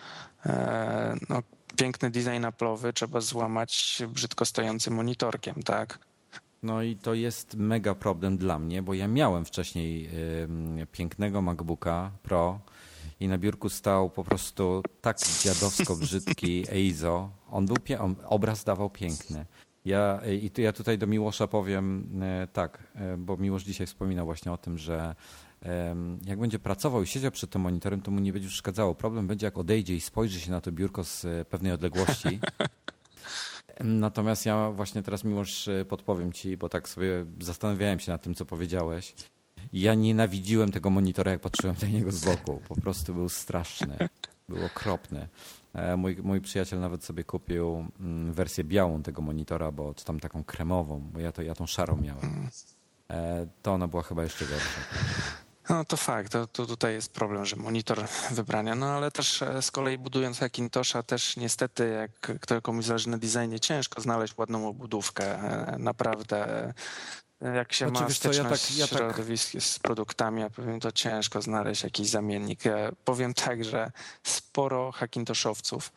piękny design Apple'owy trzeba złamać brzydko stojącym monitorkiem, tak?
No i to jest mega problem dla mnie, bo ja miałem wcześniej pięknego MacBooka Pro i na biurku stał po prostu tak dziadowsko brzydki EIZO. Obraz dawał piękny. Ja tutaj do Miłosza powiem tak, bo Miłosz dzisiaj wspominał właśnie o tym, że jak będzie pracował i siedział przed tym monitorem, to mu nie będzie przeszkadzało. Problem będzie, jak odejdzie i spojrzy się na to biurko z pewnej odległości. Natomiast ja właśnie teraz, Miłosz, podpowiem ci, bo tak sobie zastanawiałem się nad tym, co powiedziałeś. Ja nienawidziłem tego monitora, jak patrzyłem na niego z boku. Po prostu był straszny, był okropny. Mój przyjaciel nawet sobie kupił wersję białą tego monitora, czy tam taką kremową, bo ja tą szarą miałem. To ona była chyba jeszcze gorsza.
No to fakt, to tutaj jest problem, że monitor wybrania, no ale też z kolei budując Hackintosha też niestety, jak komuś zależy na designie, ciężko znaleźć ładną obudówkę, naprawdę. Jak się ma styczność środowisk z produktami, ja powiem, to ciężko znaleźć jakiś zamiennik. Ja powiem tak, że sporo hackintoshowców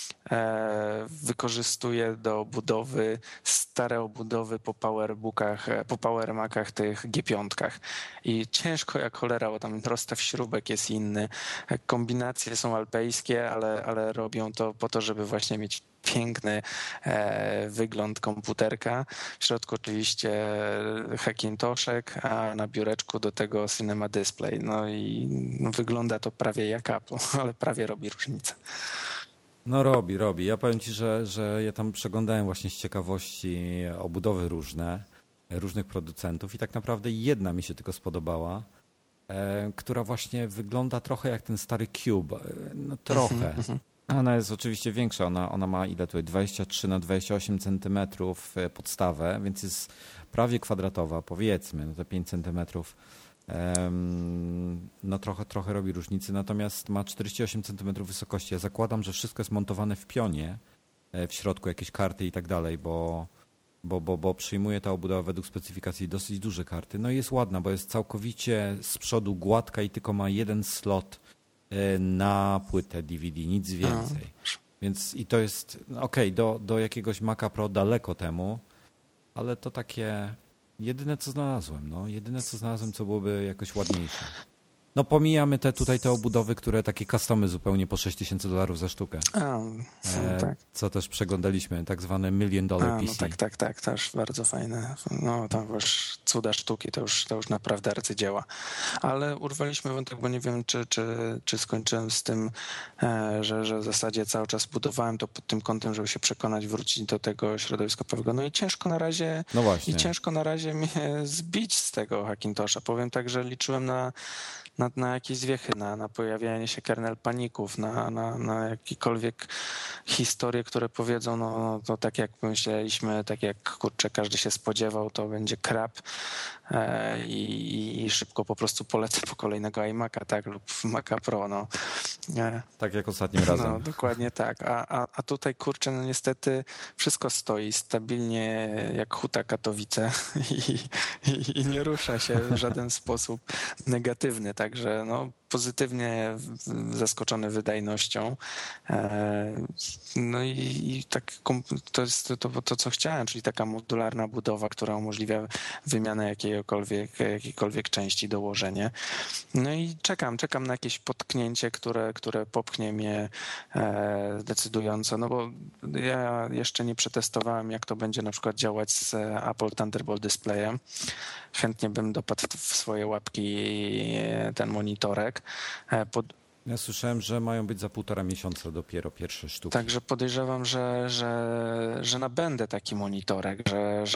wykorzystuje do budowy stare obudowy po powerbookach, po powermacach tych G5 i ciężko jak cholera, bo tam rozstaw śrubek jest inny, kombinacje są alpejskie, ale robią to po to, żeby właśnie mieć piękny wygląd komputerka. W środku oczywiście Hackintoshek, a na biureczku do tego Cinema Display. No i wygląda to prawie jak Apple, ale prawie robi różnicę.
No robi. Ja powiem ci, że ja tam przeglądałem właśnie z ciekawości obudowy różnych producentów i tak naprawdę jedna mi się tylko spodobała, która właśnie wygląda trochę jak ten stary Cube. No trochę. Ona jest oczywiście większa, ona ma ile tutaj, 23 na 28 centymetrów podstawę, więc jest prawie kwadratowa, powiedzmy, no te 5 centymetrów. No trochę robi różnicy, natomiast ma 48 centymetrów wysokości. Ja zakładam, że wszystko jest montowane w pionie, w środku jakieś karty i tak dalej, bo przyjmuje ta obudowa według specyfikacji dosyć duże karty. No i jest ładna, bo jest całkowicie z przodu gładka i tylko ma jeden slot na płytę DVD, nic więcej. Więc i to jest do jakiegoś Maca Pro daleko temu, ale to takie jedyne co znalazłem, co byłoby jakoś łagodniejsze. No pomijamy te obudowy, które takie customy zupełnie po $6,000 za sztukę.
Tak.
Co też przeglądaliśmy, tak zwane $1 million PC.
No tak, też bardzo fajne. No to już cuda sztuki, to już naprawdę arcydzieła. Ale urwaliśmy wątek, bo nie wiem, czy skończyłem z tym, że w zasadzie cały czas budowałem to pod tym kątem, żeby się przekonać, wrócić do tego środowiskowego. No i ciężko na razie mnie zbić z tego Hackintosha. Powiem tak, że liczyłem na jakieś zwiechy, na pojawianie się kernel paników, na jakiekolwiek historie, które powiedzą, no to tak jak myśleliśmy, tak jak każdy się spodziewał, to będzie crap i szybko po prostu polecę po kolejnego iMac'a, tak, lub Maca Pro, no.
Tak jak ostatnim razem.
No, dokładnie tak. A tutaj, no niestety wszystko stoi stabilnie jak huta Katowice i nie rusza się w żaden sposób negatywny, także no pozytywnie zaskoczony wydajnością. No i tak to jest to, co chciałem, czyli taka modularna budowa, która umożliwia wymianę jakiejkolwiek części, dołożenie. No i czekam na jakieś potknięcie, które popchnie mnie decydująco, no bo ja jeszcze nie przetestowałem, jak to będzie na przykład działać z Apple Thunderbolt Displayem. Chętnie bym dopadł w swoje łapki ten monitorek.
Ja słyszałem, że mają być za 1,5 miesiąca dopiero pierwsze sztuki.
Także podejrzewam, że nabędę taki monitorek,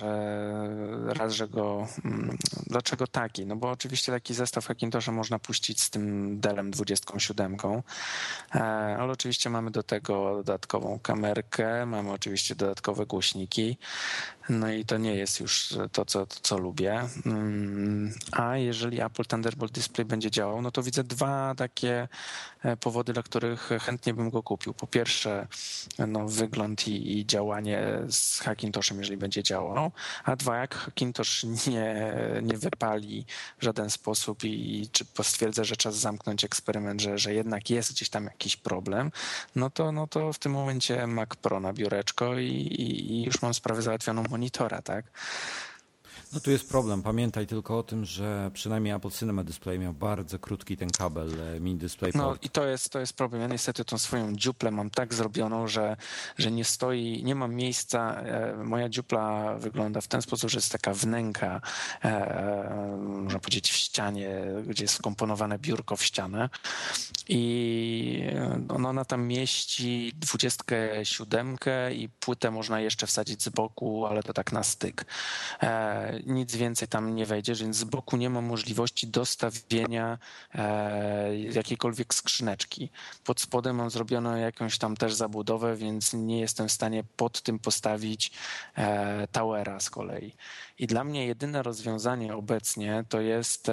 że go... Dlaczego taki? No bo oczywiście taki zestaw Hackintosha można puścić z tym Dellem 27, ale oczywiście mamy do tego dodatkową kamerkę, mamy oczywiście dodatkowe głośniki, no i to nie jest już to, co lubię. A jeżeli Apple Thunderbolt Display będzie działał, no to widzę dwa takie powody, dla których chętnie bym go kupił. Po pierwsze, no, wygląd i działanie z Hackintoshem, jeżeli będzie działał, a dwa, jak Hackintosh nie wypali w żaden sposób i czy stwierdzę, że czas zamknąć eksperyment, że jednak jest gdzieś tam jakiś problem, no to w tym momencie Mac Pro na biureczko i już mam sprawę załatwioną monitora, tak?
No tu jest problem. Pamiętaj tylko o tym, że przynajmniej Apple Cinema Display miał bardzo krótki ten kabel mini DisplayPort.
No i to jest problem. Ja niestety tą swoją dziuplę mam tak zrobioną, że nie mam miejsca. Moja dziupla wygląda w ten sposób, że jest taka wnęka, można powiedzieć, w ścianie, gdzie jest wkomponowane biurko w ścianę i ona tam mieści 27 i płytę można jeszcze wsadzić z boku, ale to tak na styk. Nic więcej tam nie wejdzie, więc z boku nie ma możliwości dostawienia jakiejkolwiek skrzyneczki. Pod spodem mam zrobioną jakąś tam też zabudowę, więc nie jestem w stanie pod tym postawić towera z kolei. I dla mnie jedyne rozwiązanie obecnie to jest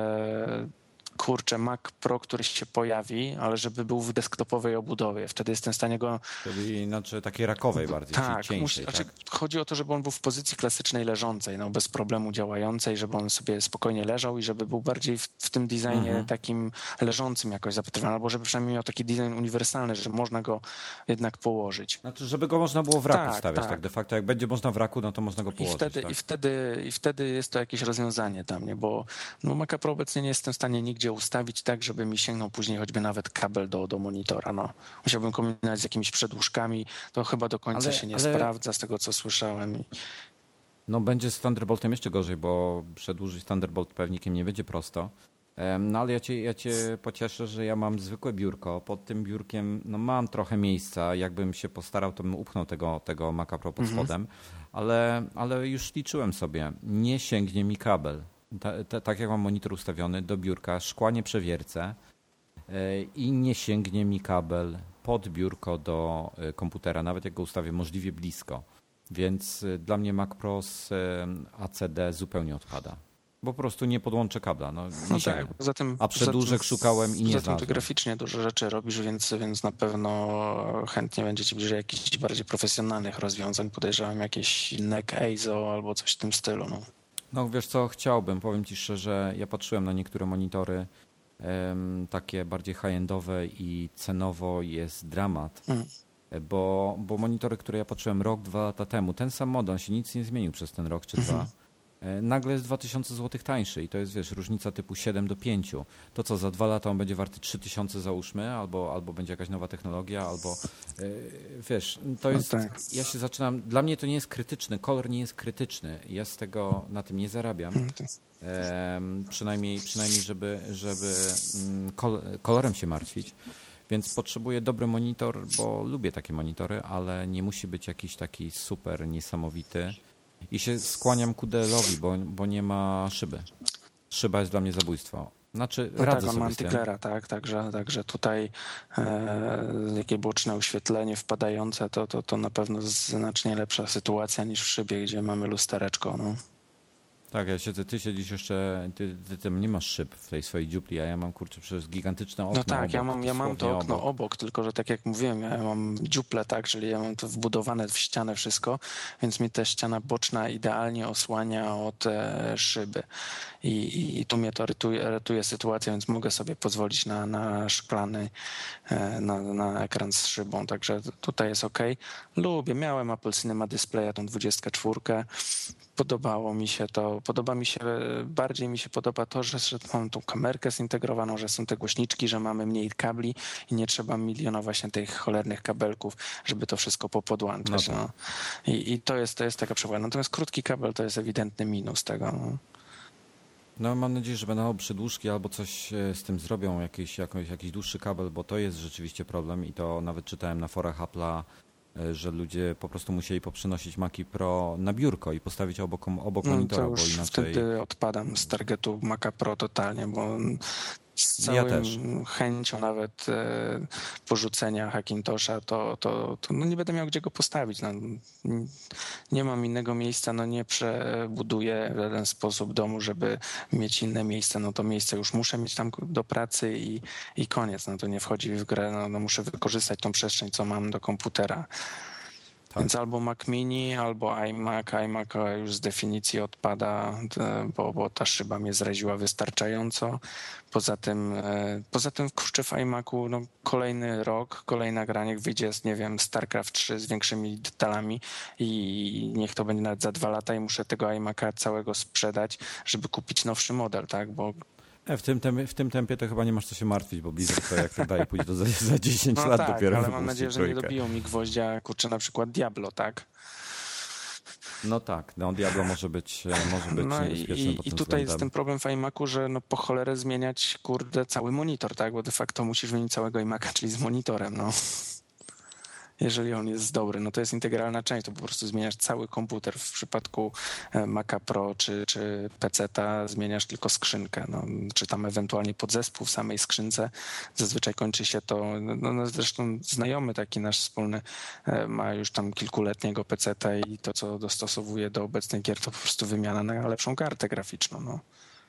Mac Pro, który się pojawi, ale żeby był w desktopowej obudowie. Wtedy jestem w stanie go...
Czyli znaczy takiej rakowej bardziej, tak, czyli cieńszej.
Tak? Chodzi o to, żeby on był w pozycji klasycznej leżącej, no, bez problemu działającej, żeby on sobie spokojnie leżał i żeby był bardziej w tym designie takim leżącym jakoś zapatrywany, albo żeby przynajmniej miał taki design uniwersalny, że można go jednak położyć.
Znaczy, żeby go można było w raku stawiać, tak de facto. Jak będzie można w raku, no to można go położyć.
I wtedy jest to jakieś rozwiązanie dla mnie, bo no, Maca Pro obecnie nie jestem w stanie nigdzie ustawić tak, żeby mi sięgnął później choćby nawet kabel do monitora. No. Musiałbym kombinować z jakimiś przedłużkami. To chyba do końca się nie sprawdza z tego, co słyszałem.
No będzie z Thunderboltem jeszcze gorzej, bo przedłużyć Thunderbolt pewnikiem nie będzie prosto. No ale ja cię pocieszę, że ja mam zwykłe biurko. Pod tym biurkiem no, mam trochę miejsca. Jakbym się postarał, to bym upchnął tego Maca Pro pod spodem. Ale już liczyłem sobie. Nie sięgnie mi kabel. Tak jak mam monitor ustawiony do biurka, szkła nie przewiercę i nie sięgnie mi kabel pod biurko do komputera, nawet jak go ustawię możliwie blisko. Więc dla mnie Mac Pro z ACD zupełnie odpada. Bo po prostu nie podłączę kabla. No tak, a przedłużek szukałem i nie znalazłem.
Ty graficznie dużo rzeczy robisz, więc na pewno chętnie będzie ci bliżej jakichś bardziej profesjonalnych rozwiązań. Podejrzewam jakieś NEC EIZO albo coś w tym stylu.
No wiesz co, chciałbym. Powiem ci szczerze, ja patrzyłem na niektóre monitory takie bardziej high-endowe i cenowo jest dramat. Bo monitory, które ja patrzyłem rok, 2 lata temu, ten sam model, on się nic nie zmienił przez ten rok czy dwa. Nagle jest 2000 zł tańszy i to jest, wiesz, różnica typu 7 do 5. To co, za 2 lata on będzie warty 3000 załóżmy, albo będzie jakaś nowa technologia, albo wiesz, to jest, no tak. Ja się zaczynam, dla mnie to nie jest krytyczny, kolor nie jest krytyczny, ja z tego na tym nie zarabiam. Przynajmniej żeby kolorem się martwić. Więc potrzebuję dobry monitor, bo lubię takie monitory, ale nie musi być jakiś taki super niesamowity. I się skłaniam ku Dellowi, bo nie ma szyby. Szyba jest dla mnie zabójstwo. Znaczy,
no
radzę
tak, on
sobie
ma
z tym.
antyglera, tak, także tutaj jakie boczne oświetlenie wpadające, to na pewno znacznie lepsza sytuacja niż w szybie, gdzie mamy lustereczko. No.
Tak, ty siedzisz jeszcze, ty tam nie masz szyb w tej swojej dziupli, a ja mam, kurczę, przecież gigantyczne okno.
No tak,
obok,
ja mam to okno obok, tylko że tak jak mówiłem, ja mam dziuplę, tak, czyli ja mam to wbudowane w ścianę wszystko, więc mi ta ściana boczna idealnie osłania od szyby. I tu mnie to ratuje sytuację, więc mogę sobie pozwolić na szklany, na ekran z szybą, także tutaj jest ok. Lubię, miałem Apple Cinema Displaya, tą 24. Podobało mi się to. Bardziej mi się podoba to, że mam tą kamerkę zintegrowaną, że są te głośniczki, że mamy mniej kabli i nie trzeba miliona właśnie tych cholernych kabelków, żeby to wszystko popodłączać. No. I to jest taka przewagę. Natomiast krótki kabel to jest ewidentny minus tego.
No mam nadzieję, że będą przedłużki albo coś z tym zrobią, jakiś dłuższy kabel, bo to jest rzeczywiście problem i to nawet czytałem na forach Apple'a, że ludzie po prostu musieli poprzynosić Maci Pro na biurko i postawić obok monitora,
to już
bo inaczej...
Wtedy odpadam z targetu Maca Pro totalnie, bo z całą chęcią nawet porzucenia Hackintosha, to nie będę miał gdzie go postawić. No, nie mam innego miejsca, nie przebuduję w żaden sposób domu, żeby mieć inne miejsce. No to miejsce już muszę mieć tam do pracy i koniec. No to nie wchodzi w grę, muszę wykorzystać tą przestrzeń, co mam do komputera. Tak. Więc albo Mac Mini, albo iMac. iMac już z definicji odpada, bo ta szyba mnie zraziła wystarczająco. Poza tym kurczę, w iMacu kolejny rok, kolejna gra, niech wyjdzie StarCraft 3 z większymi detalami i niech to będzie nawet za 2 lata i muszę tego iMaca całego sprzedać, żeby kupić nowszy model, tak? Bo
w tym tempie to chyba nie masz co się martwić, bo Blizzard to jak tak dalej pójdzie, to za 10 lat
tak,
dopiero
ale mam nadzieję, że nie dobiją mi gwoździa, kurczę, na przykład Diablo, tak?
No tak, Diablo może być niebezpieczny
i tutaj jest ten problem w iMacu, że po cholerę zmieniać, cały monitor, tak? Bo de facto musisz wymienić całego iMaca, czyli z monitorem, Jeżeli on jest dobry, to jest integralna część, to po prostu zmieniasz cały komputer. W przypadku Maca Pro czy PC-ta zmieniasz tylko skrzynkę, czy tam ewentualnie podzespół w samej skrzynce. Zazwyczaj kończy się to, zresztą znajomy taki nasz wspólny ma już tam kilkuletniego PC-ta i to, co dostosowuje do obecnych gier, to po prostu wymiana na lepszą kartę graficzną.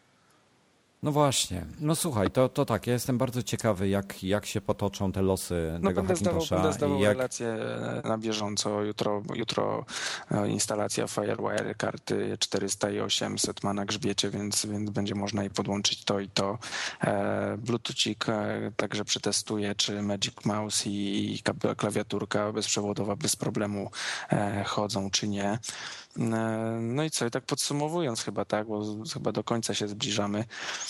No właśnie. No słuchaj, to tak, ja jestem bardzo ciekawy, jak się potoczą te losy tego Hackintosha.
Będę zdawał relacje na bieżąco. Jutro instalacja FireWire karty 400 i 800 ma na grzbiecie, więc będzie można i podłączyć to i to. Bluetoothik także przetestuję, czy Magic Mouse i klawiaturka bezprzewodowa bez problemu chodzą, czy nie. No i co, i tak podsumowując chyba, tak, bo chyba do końca się zbliżamy,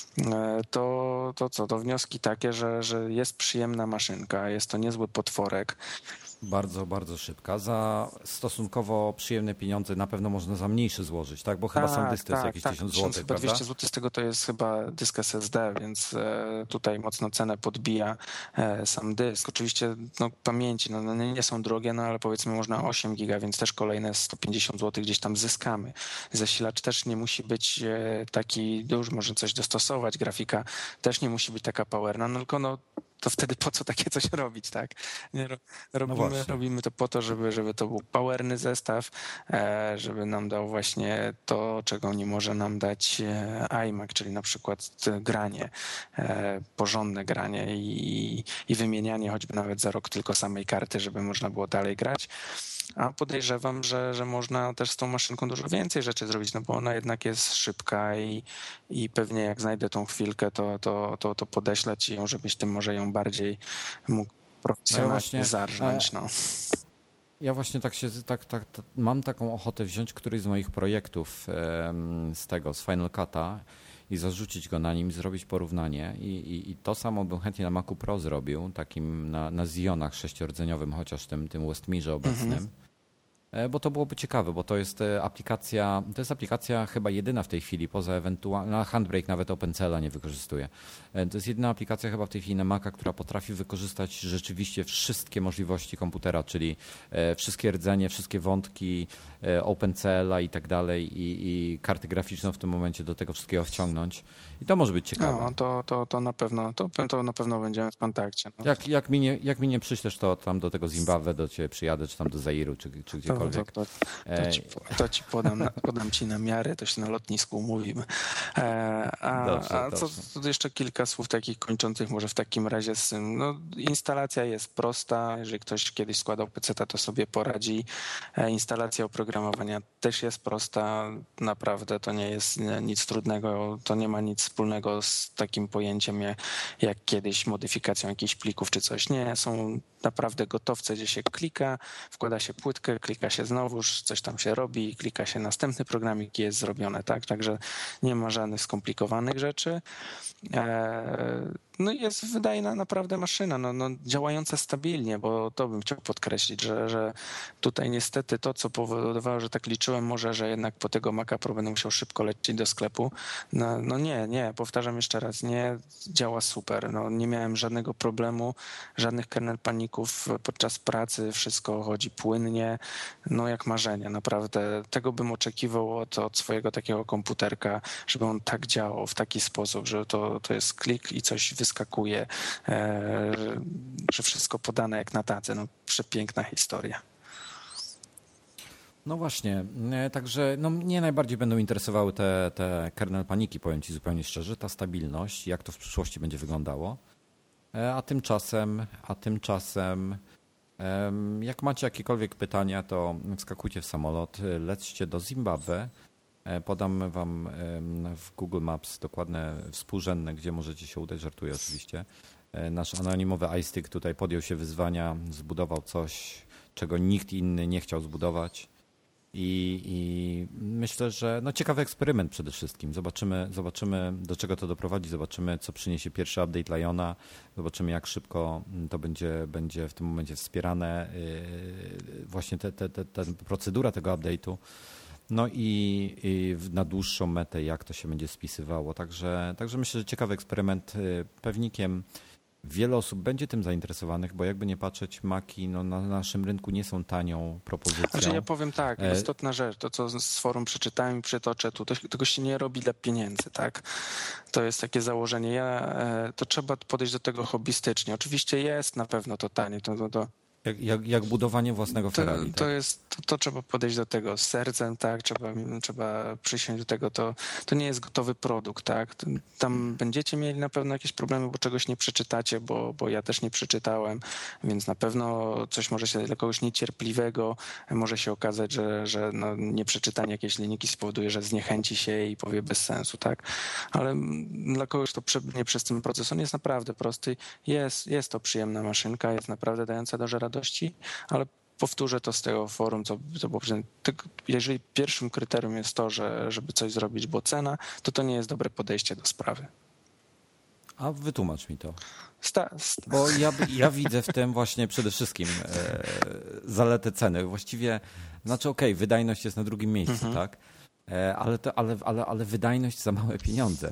to wnioski takie, że jest przyjemna maszynka, jest to niezły potworek.
Bardzo, bardzo szybka. Za stosunkowo przyjemne pieniądze na pewno można za mniejszy złożyć, tak? Bo chyba sam dysk to jest jakieś 1000 zł,
chyba 200 zł z tego to jest chyba dysk SSD, więc tutaj mocno cenę podbija sam dysk. Oczywiście pamięci nie są drogie, ale powiedzmy można 8 giga, więc też kolejne 150 zł gdzieś tam zyskamy. Zasilacz też nie musi być taki duży, można coś dostosować, grafika też nie musi być taka powerna, tylko to wtedy po co takie coś robić, tak? Nie,
właśnie.
robimy to po to, żeby to był powerny zestaw, żeby nam dał właśnie to, czego nie może nam dać iMac, czyli na przykład granie, porządne granie i wymienianie choćby nawet za rok tylko samej karty, żeby można było dalej grać. A podejrzewam, że można też z tą maszynką dużo więcej rzeczy zrobić, no bo ona jednak jest szybka i pewnie jak znajdę tą chwilkę, to podeślę ci ją, żebyś ty może ją bardziej mógł profesjonalnie zarżnąć. No.
Ja właśnie mam taką ochotę wziąć któryś z moich projektów z Final Cut'a i zarzucić go na nim, zrobić porównanie i to samo bym chętnie na Macu Pro zrobił, takim na Xionach 6-rdzeniowym, chociaż tym Westmirze obecnym. Bo to byłoby ciekawe, bo to jest aplikacja chyba jedyna w tej chwili, poza ewentualnie, Handbrake nawet OpenCL'a nie wykorzystuje. To jest jedyna aplikacja chyba w tej chwili na Maca, która potrafi wykorzystać rzeczywiście wszystkie możliwości komputera, czyli wszystkie rdzenie, wszystkie wątki OpenCL'a i tak dalej i karty graficzną w tym momencie do tego wszystkiego wciągnąć. I to może być ciekawe.
No, to na pewno będziemy w kontakcie. No.
Jak mi nie przyślesz, to tam do tego Zimbabwe do ciebie przyjadę, czy tam do Zairu, czy gdziekolwiek.
To ci podam ci na miarę, to się na lotnisku umówimy.
Dobrze.
Co jeszcze kilka słów takich kończących może w takim razie z tym. No, instalacja jest prosta, jeżeli ktoś kiedyś składał PC-ta, to sobie poradzi. Instalacja oprogramowania też jest prosta, naprawdę to nie jest nic trudnego, to nie ma nic wspólnego z takim pojęciem jak kiedyś modyfikacją jakichś plików czy coś. Nie, są naprawdę gotowce, gdzie się klika, wkłada się płytkę, klika się znowuż, coś tam się robi, klika się następny programik i jest zrobione, tak? Także nie ma żadnych skomplikowanych rzeczy. No i jest wydajna naprawdę maszyna, no, działająca stabilnie, bo to bym chciał podkreślić, że tutaj niestety to, co powodowało, że tak liczyłem może, że jednak po tego Maca Pro będę musiał szybko lecieć do sklepu. No nie, powtarzam jeszcze raz, nie, działa super. No, nie miałem żadnego problemu, żadnych kernel paników podczas pracy, wszystko chodzi płynnie, no jak marzenie, naprawdę. Tego bym oczekiwał od swojego takiego komputerka, żeby on tak działał w taki sposób, że to jest klik i coś wyskakuje, że wszystko podane jak na tadze. No, przepiękna historia.
No właśnie, także mnie najbardziej będą interesowały te kernel paniki, powiem ci zupełnie szczerze, ta stabilność, jak to w przyszłości będzie wyglądało. A tymczasem jak macie jakiekolwiek pytania, to wskakujcie w samolot, lećcie do Zimbabwe. Podam wam w Google Maps dokładne współrzędne, gdzie możecie się udać, żartuję oczywiście. Nasz anonimowy iStick tutaj podjął się wyzwania, zbudował coś, czego nikt inny nie chciał zbudować. I myślę, że ciekawy eksperyment przede wszystkim. Zobaczymy, do czego to doprowadzi, zobaczymy, co przyniesie pierwszy update Liona, zobaczymy, jak szybko to będzie w tym momencie wspierane, właśnie ta procedura tego update'u. No i na dłuższą metę, jak to się będzie spisywało. Także myślę, że ciekawy eksperyment. Pewnikiem wiele osób będzie tym zainteresowanych, bo jakby nie patrzeć, Maki na naszym rynku nie są tanią propozycją.
Znaczy ja powiem tak, istotna rzecz, to co z forum przeczytałem i przytoczę tu, tego się nie robi dla pieniędzy, tak? To jest takie założenie. To trzeba podejść do tego hobbystycznie. Oczywiście jest na pewno to tanie, to
Jak budowanie własnego Ferrari.
To trzeba podejść do tego z sercem, tak? Trzeba przysiąść do tego. To nie jest gotowy produkt, tak? Tam będziecie mieli na pewno jakieś problemy, bo czegoś nie przeczytacie, bo ja też nie przeczytałem, więc na pewno coś może się dla kogoś niecierpliwego może się okazać, że nieprzeczytanie jakiejś linijki spowoduje, że zniechęci się i powie bez sensu, tak? Ale dla kogoś, kto przebrnie przez ten proces, on jest naprawdę prosty. Jest to przyjemna maszynka, jest naprawdę dająca dużo radości, ale powtórzę to z tego forum, co było. Jeżeli pierwszym kryterium jest to, żeby coś zrobić, bo cena, to nie jest dobre podejście do sprawy.
A wytłumacz mi to. Bo ja widzę w tym właśnie przede wszystkim zaletę ceny. Właściwie, wydajność jest na drugim miejscu, tak? Ale wydajność za małe pieniądze.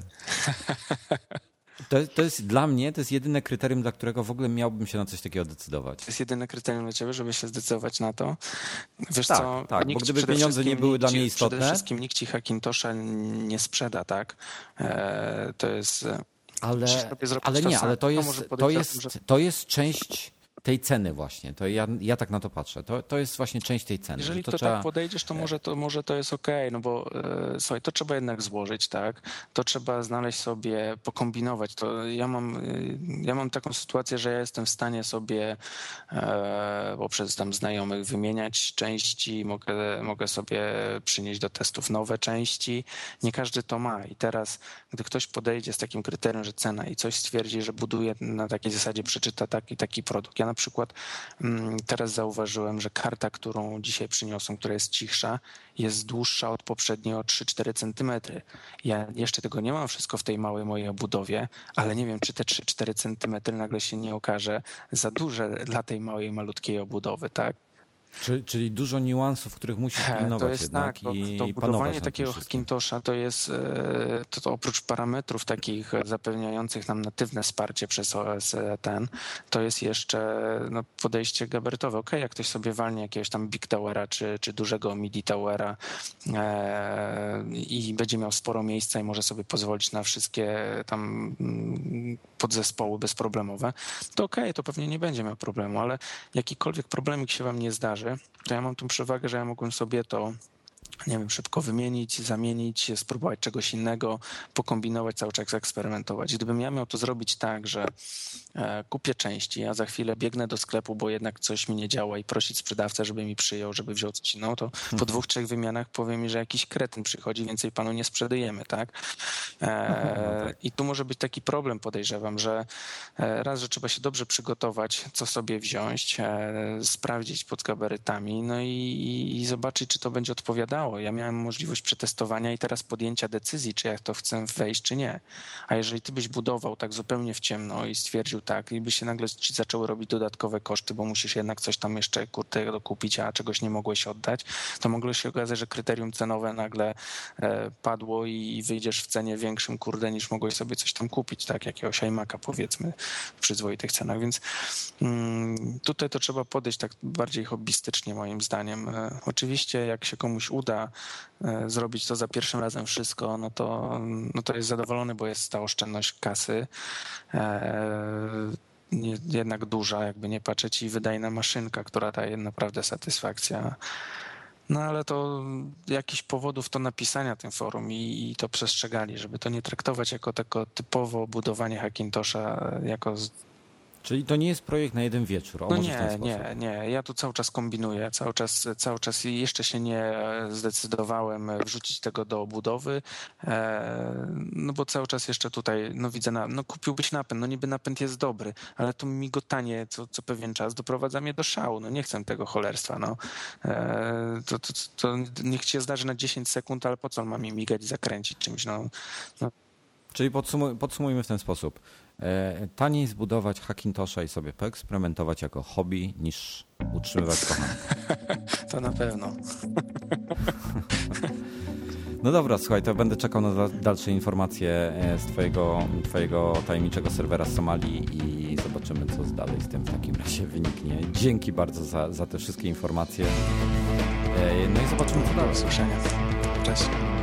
To jest dla mnie, to jest jedyne kryterium, dla którego w ogóle miałbym się na coś takiego decydować.
To jest jedyne kryterium dla ciebie, żeby się zdecydować na to? Wiesz
tak,
co?
Tak, bo gdyby pieniądze nie były dla mnie istotne...
Przede wszystkim nikt ci Hackintosha nie sprzeda, tak? To jest...
Ale to jest część tej ceny właśnie. To ja tak na to patrzę. To jest właśnie część tej ceny.
Jeżeli to tak podejdziesz, to może to jest okej, no bo słuchaj, to trzeba jednak złożyć, tak? To trzeba znaleźć sobie, pokombinować. To ja mam taką sytuację, że ja jestem w stanie sobie poprzez tam znajomych wymieniać części, mogę sobie przynieść do testów nowe części. Nie każdy to ma i teraz, gdy ktoś podejdzie z takim kryterium, że cena i coś stwierdzi, że buduje na takiej zasadzie, przeczyta taki produkt. Ja na przykład teraz zauważyłem, że karta, którą dzisiaj przyniosłem, która jest cichsza, jest dłuższa od poprzedniej o 3-4 centymetry. Ja jeszcze tego nie mam wszystko w tej małej mojej obudowie, ale nie wiem, czy te 3-4 centymetry nagle się nie okaże za duże dla tej małej, malutkiej obudowy, tak?
Czyli dużo niuansów, których musisz pilnować
to jest
jednak
tak,
i
to budowanie takiego
wszystkim.
Hackintosha to jest to oprócz parametrów takich zapewniających nam natywne wsparcie przez OS X, to jest jeszcze podejście gabarytowe. Okej, jak ktoś sobie walnie jakiegoś tam Big Towera czy dużego MIDI Towera i będzie miał sporo miejsca i może sobie pozwolić na wszystkie tam podzespoły bezproblemowe, to okej, to pewnie nie będzie miał problemu, ale jakikolwiek problemik się wam nie zdarzy, to ja mam tą przewagę, że ja mogłem sobie to, nie wiem, szybko wymienić, zamienić, spróbować czegoś innego, pokombinować, cały czas eksperymentować. Gdybym ja miał to zrobić tak, że kupię części, a za chwilę biegnę do sklepu, bo jednak coś mi nie działa i prosić sprzedawcę, żeby mi przyjął, żeby wziął coś innego, to po 2-3 wymianach powie mi, że jakiś kretyn przychodzi, więcej panu nie sprzedajemy, tak? I tu może być taki problem, podejrzewam, że raz, że trzeba się dobrze przygotować, co sobie wziąć, sprawdzić pod gabarytami, no i zobaczyć, czy to będzie odpowiadało. Ja miałem możliwość przetestowania i teraz podjęcia decyzji, czy ja to chcę wejść, czy nie. A jeżeli ty byś budował tak zupełnie w ciemno i stwierdził tak, i by się nagle ci zaczęły robić dodatkowe koszty, bo musisz jednak coś tam jeszcze dokupić, a czegoś nie mogłeś oddać, to mogło się okazać, że kryterium cenowe nagle padło i wyjdziesz w cenie większym, niż mogłeś sobie coś tam kupić, tak, jakiegoś iMac'a powiedzmy w przyzwoitych cenach, więc tutaj to trzeba podejść tak bardziej hobbystycznie moim zdaniem. Oczywiście jak się komuś uda zrobić to za pierwszym razem wszystko, no to jest zadowolony, bo jest ta oszczędność kasy jednak duża, jakby nie patrzeć, i wydajna maszynka, która daje naprawdę satysfakcję. No ale to jakichś powodów to napisania tym forum i to przestrzegali, żeby to nie traktować jako tako typowo budowanie Hackintosha jako...
Czyli to nie jest projekt na jeden wieczór?
No nie. Ja tu cały czas kombinuję, cały czas i jeszcze się nie zdecydowałem wrzucić tego do obudowy, no bo cały czas jeszcze tutaj, no widzę, kupiłbyś napęd, no niby napęd jest dobry, ale to migotanie co pewien czas doprowadza mnie do szału, no nie chcę tego cholerstwa, no. To niech się zdarzy na 10 sekund, ale po co on ma mi migać, zakręcić czymś, no.
Czyli podsumujmy w ten sposób. Taniej zbudować Hackintosha i sobie poeksperymentować jako hobby, niż utrzymywać kochankę.
To na pewno.
No dobra, słuchaj, to będę czekał na dalsze informacje z twojego tajemniczego serwera z Somalii i zobaczymy, co dalej z tym w takim razie wyniknie. Dzięki bardzo za te wszystkie informacje. No i zobaczymy, co dalej.
Do usłyszenia. Cześć.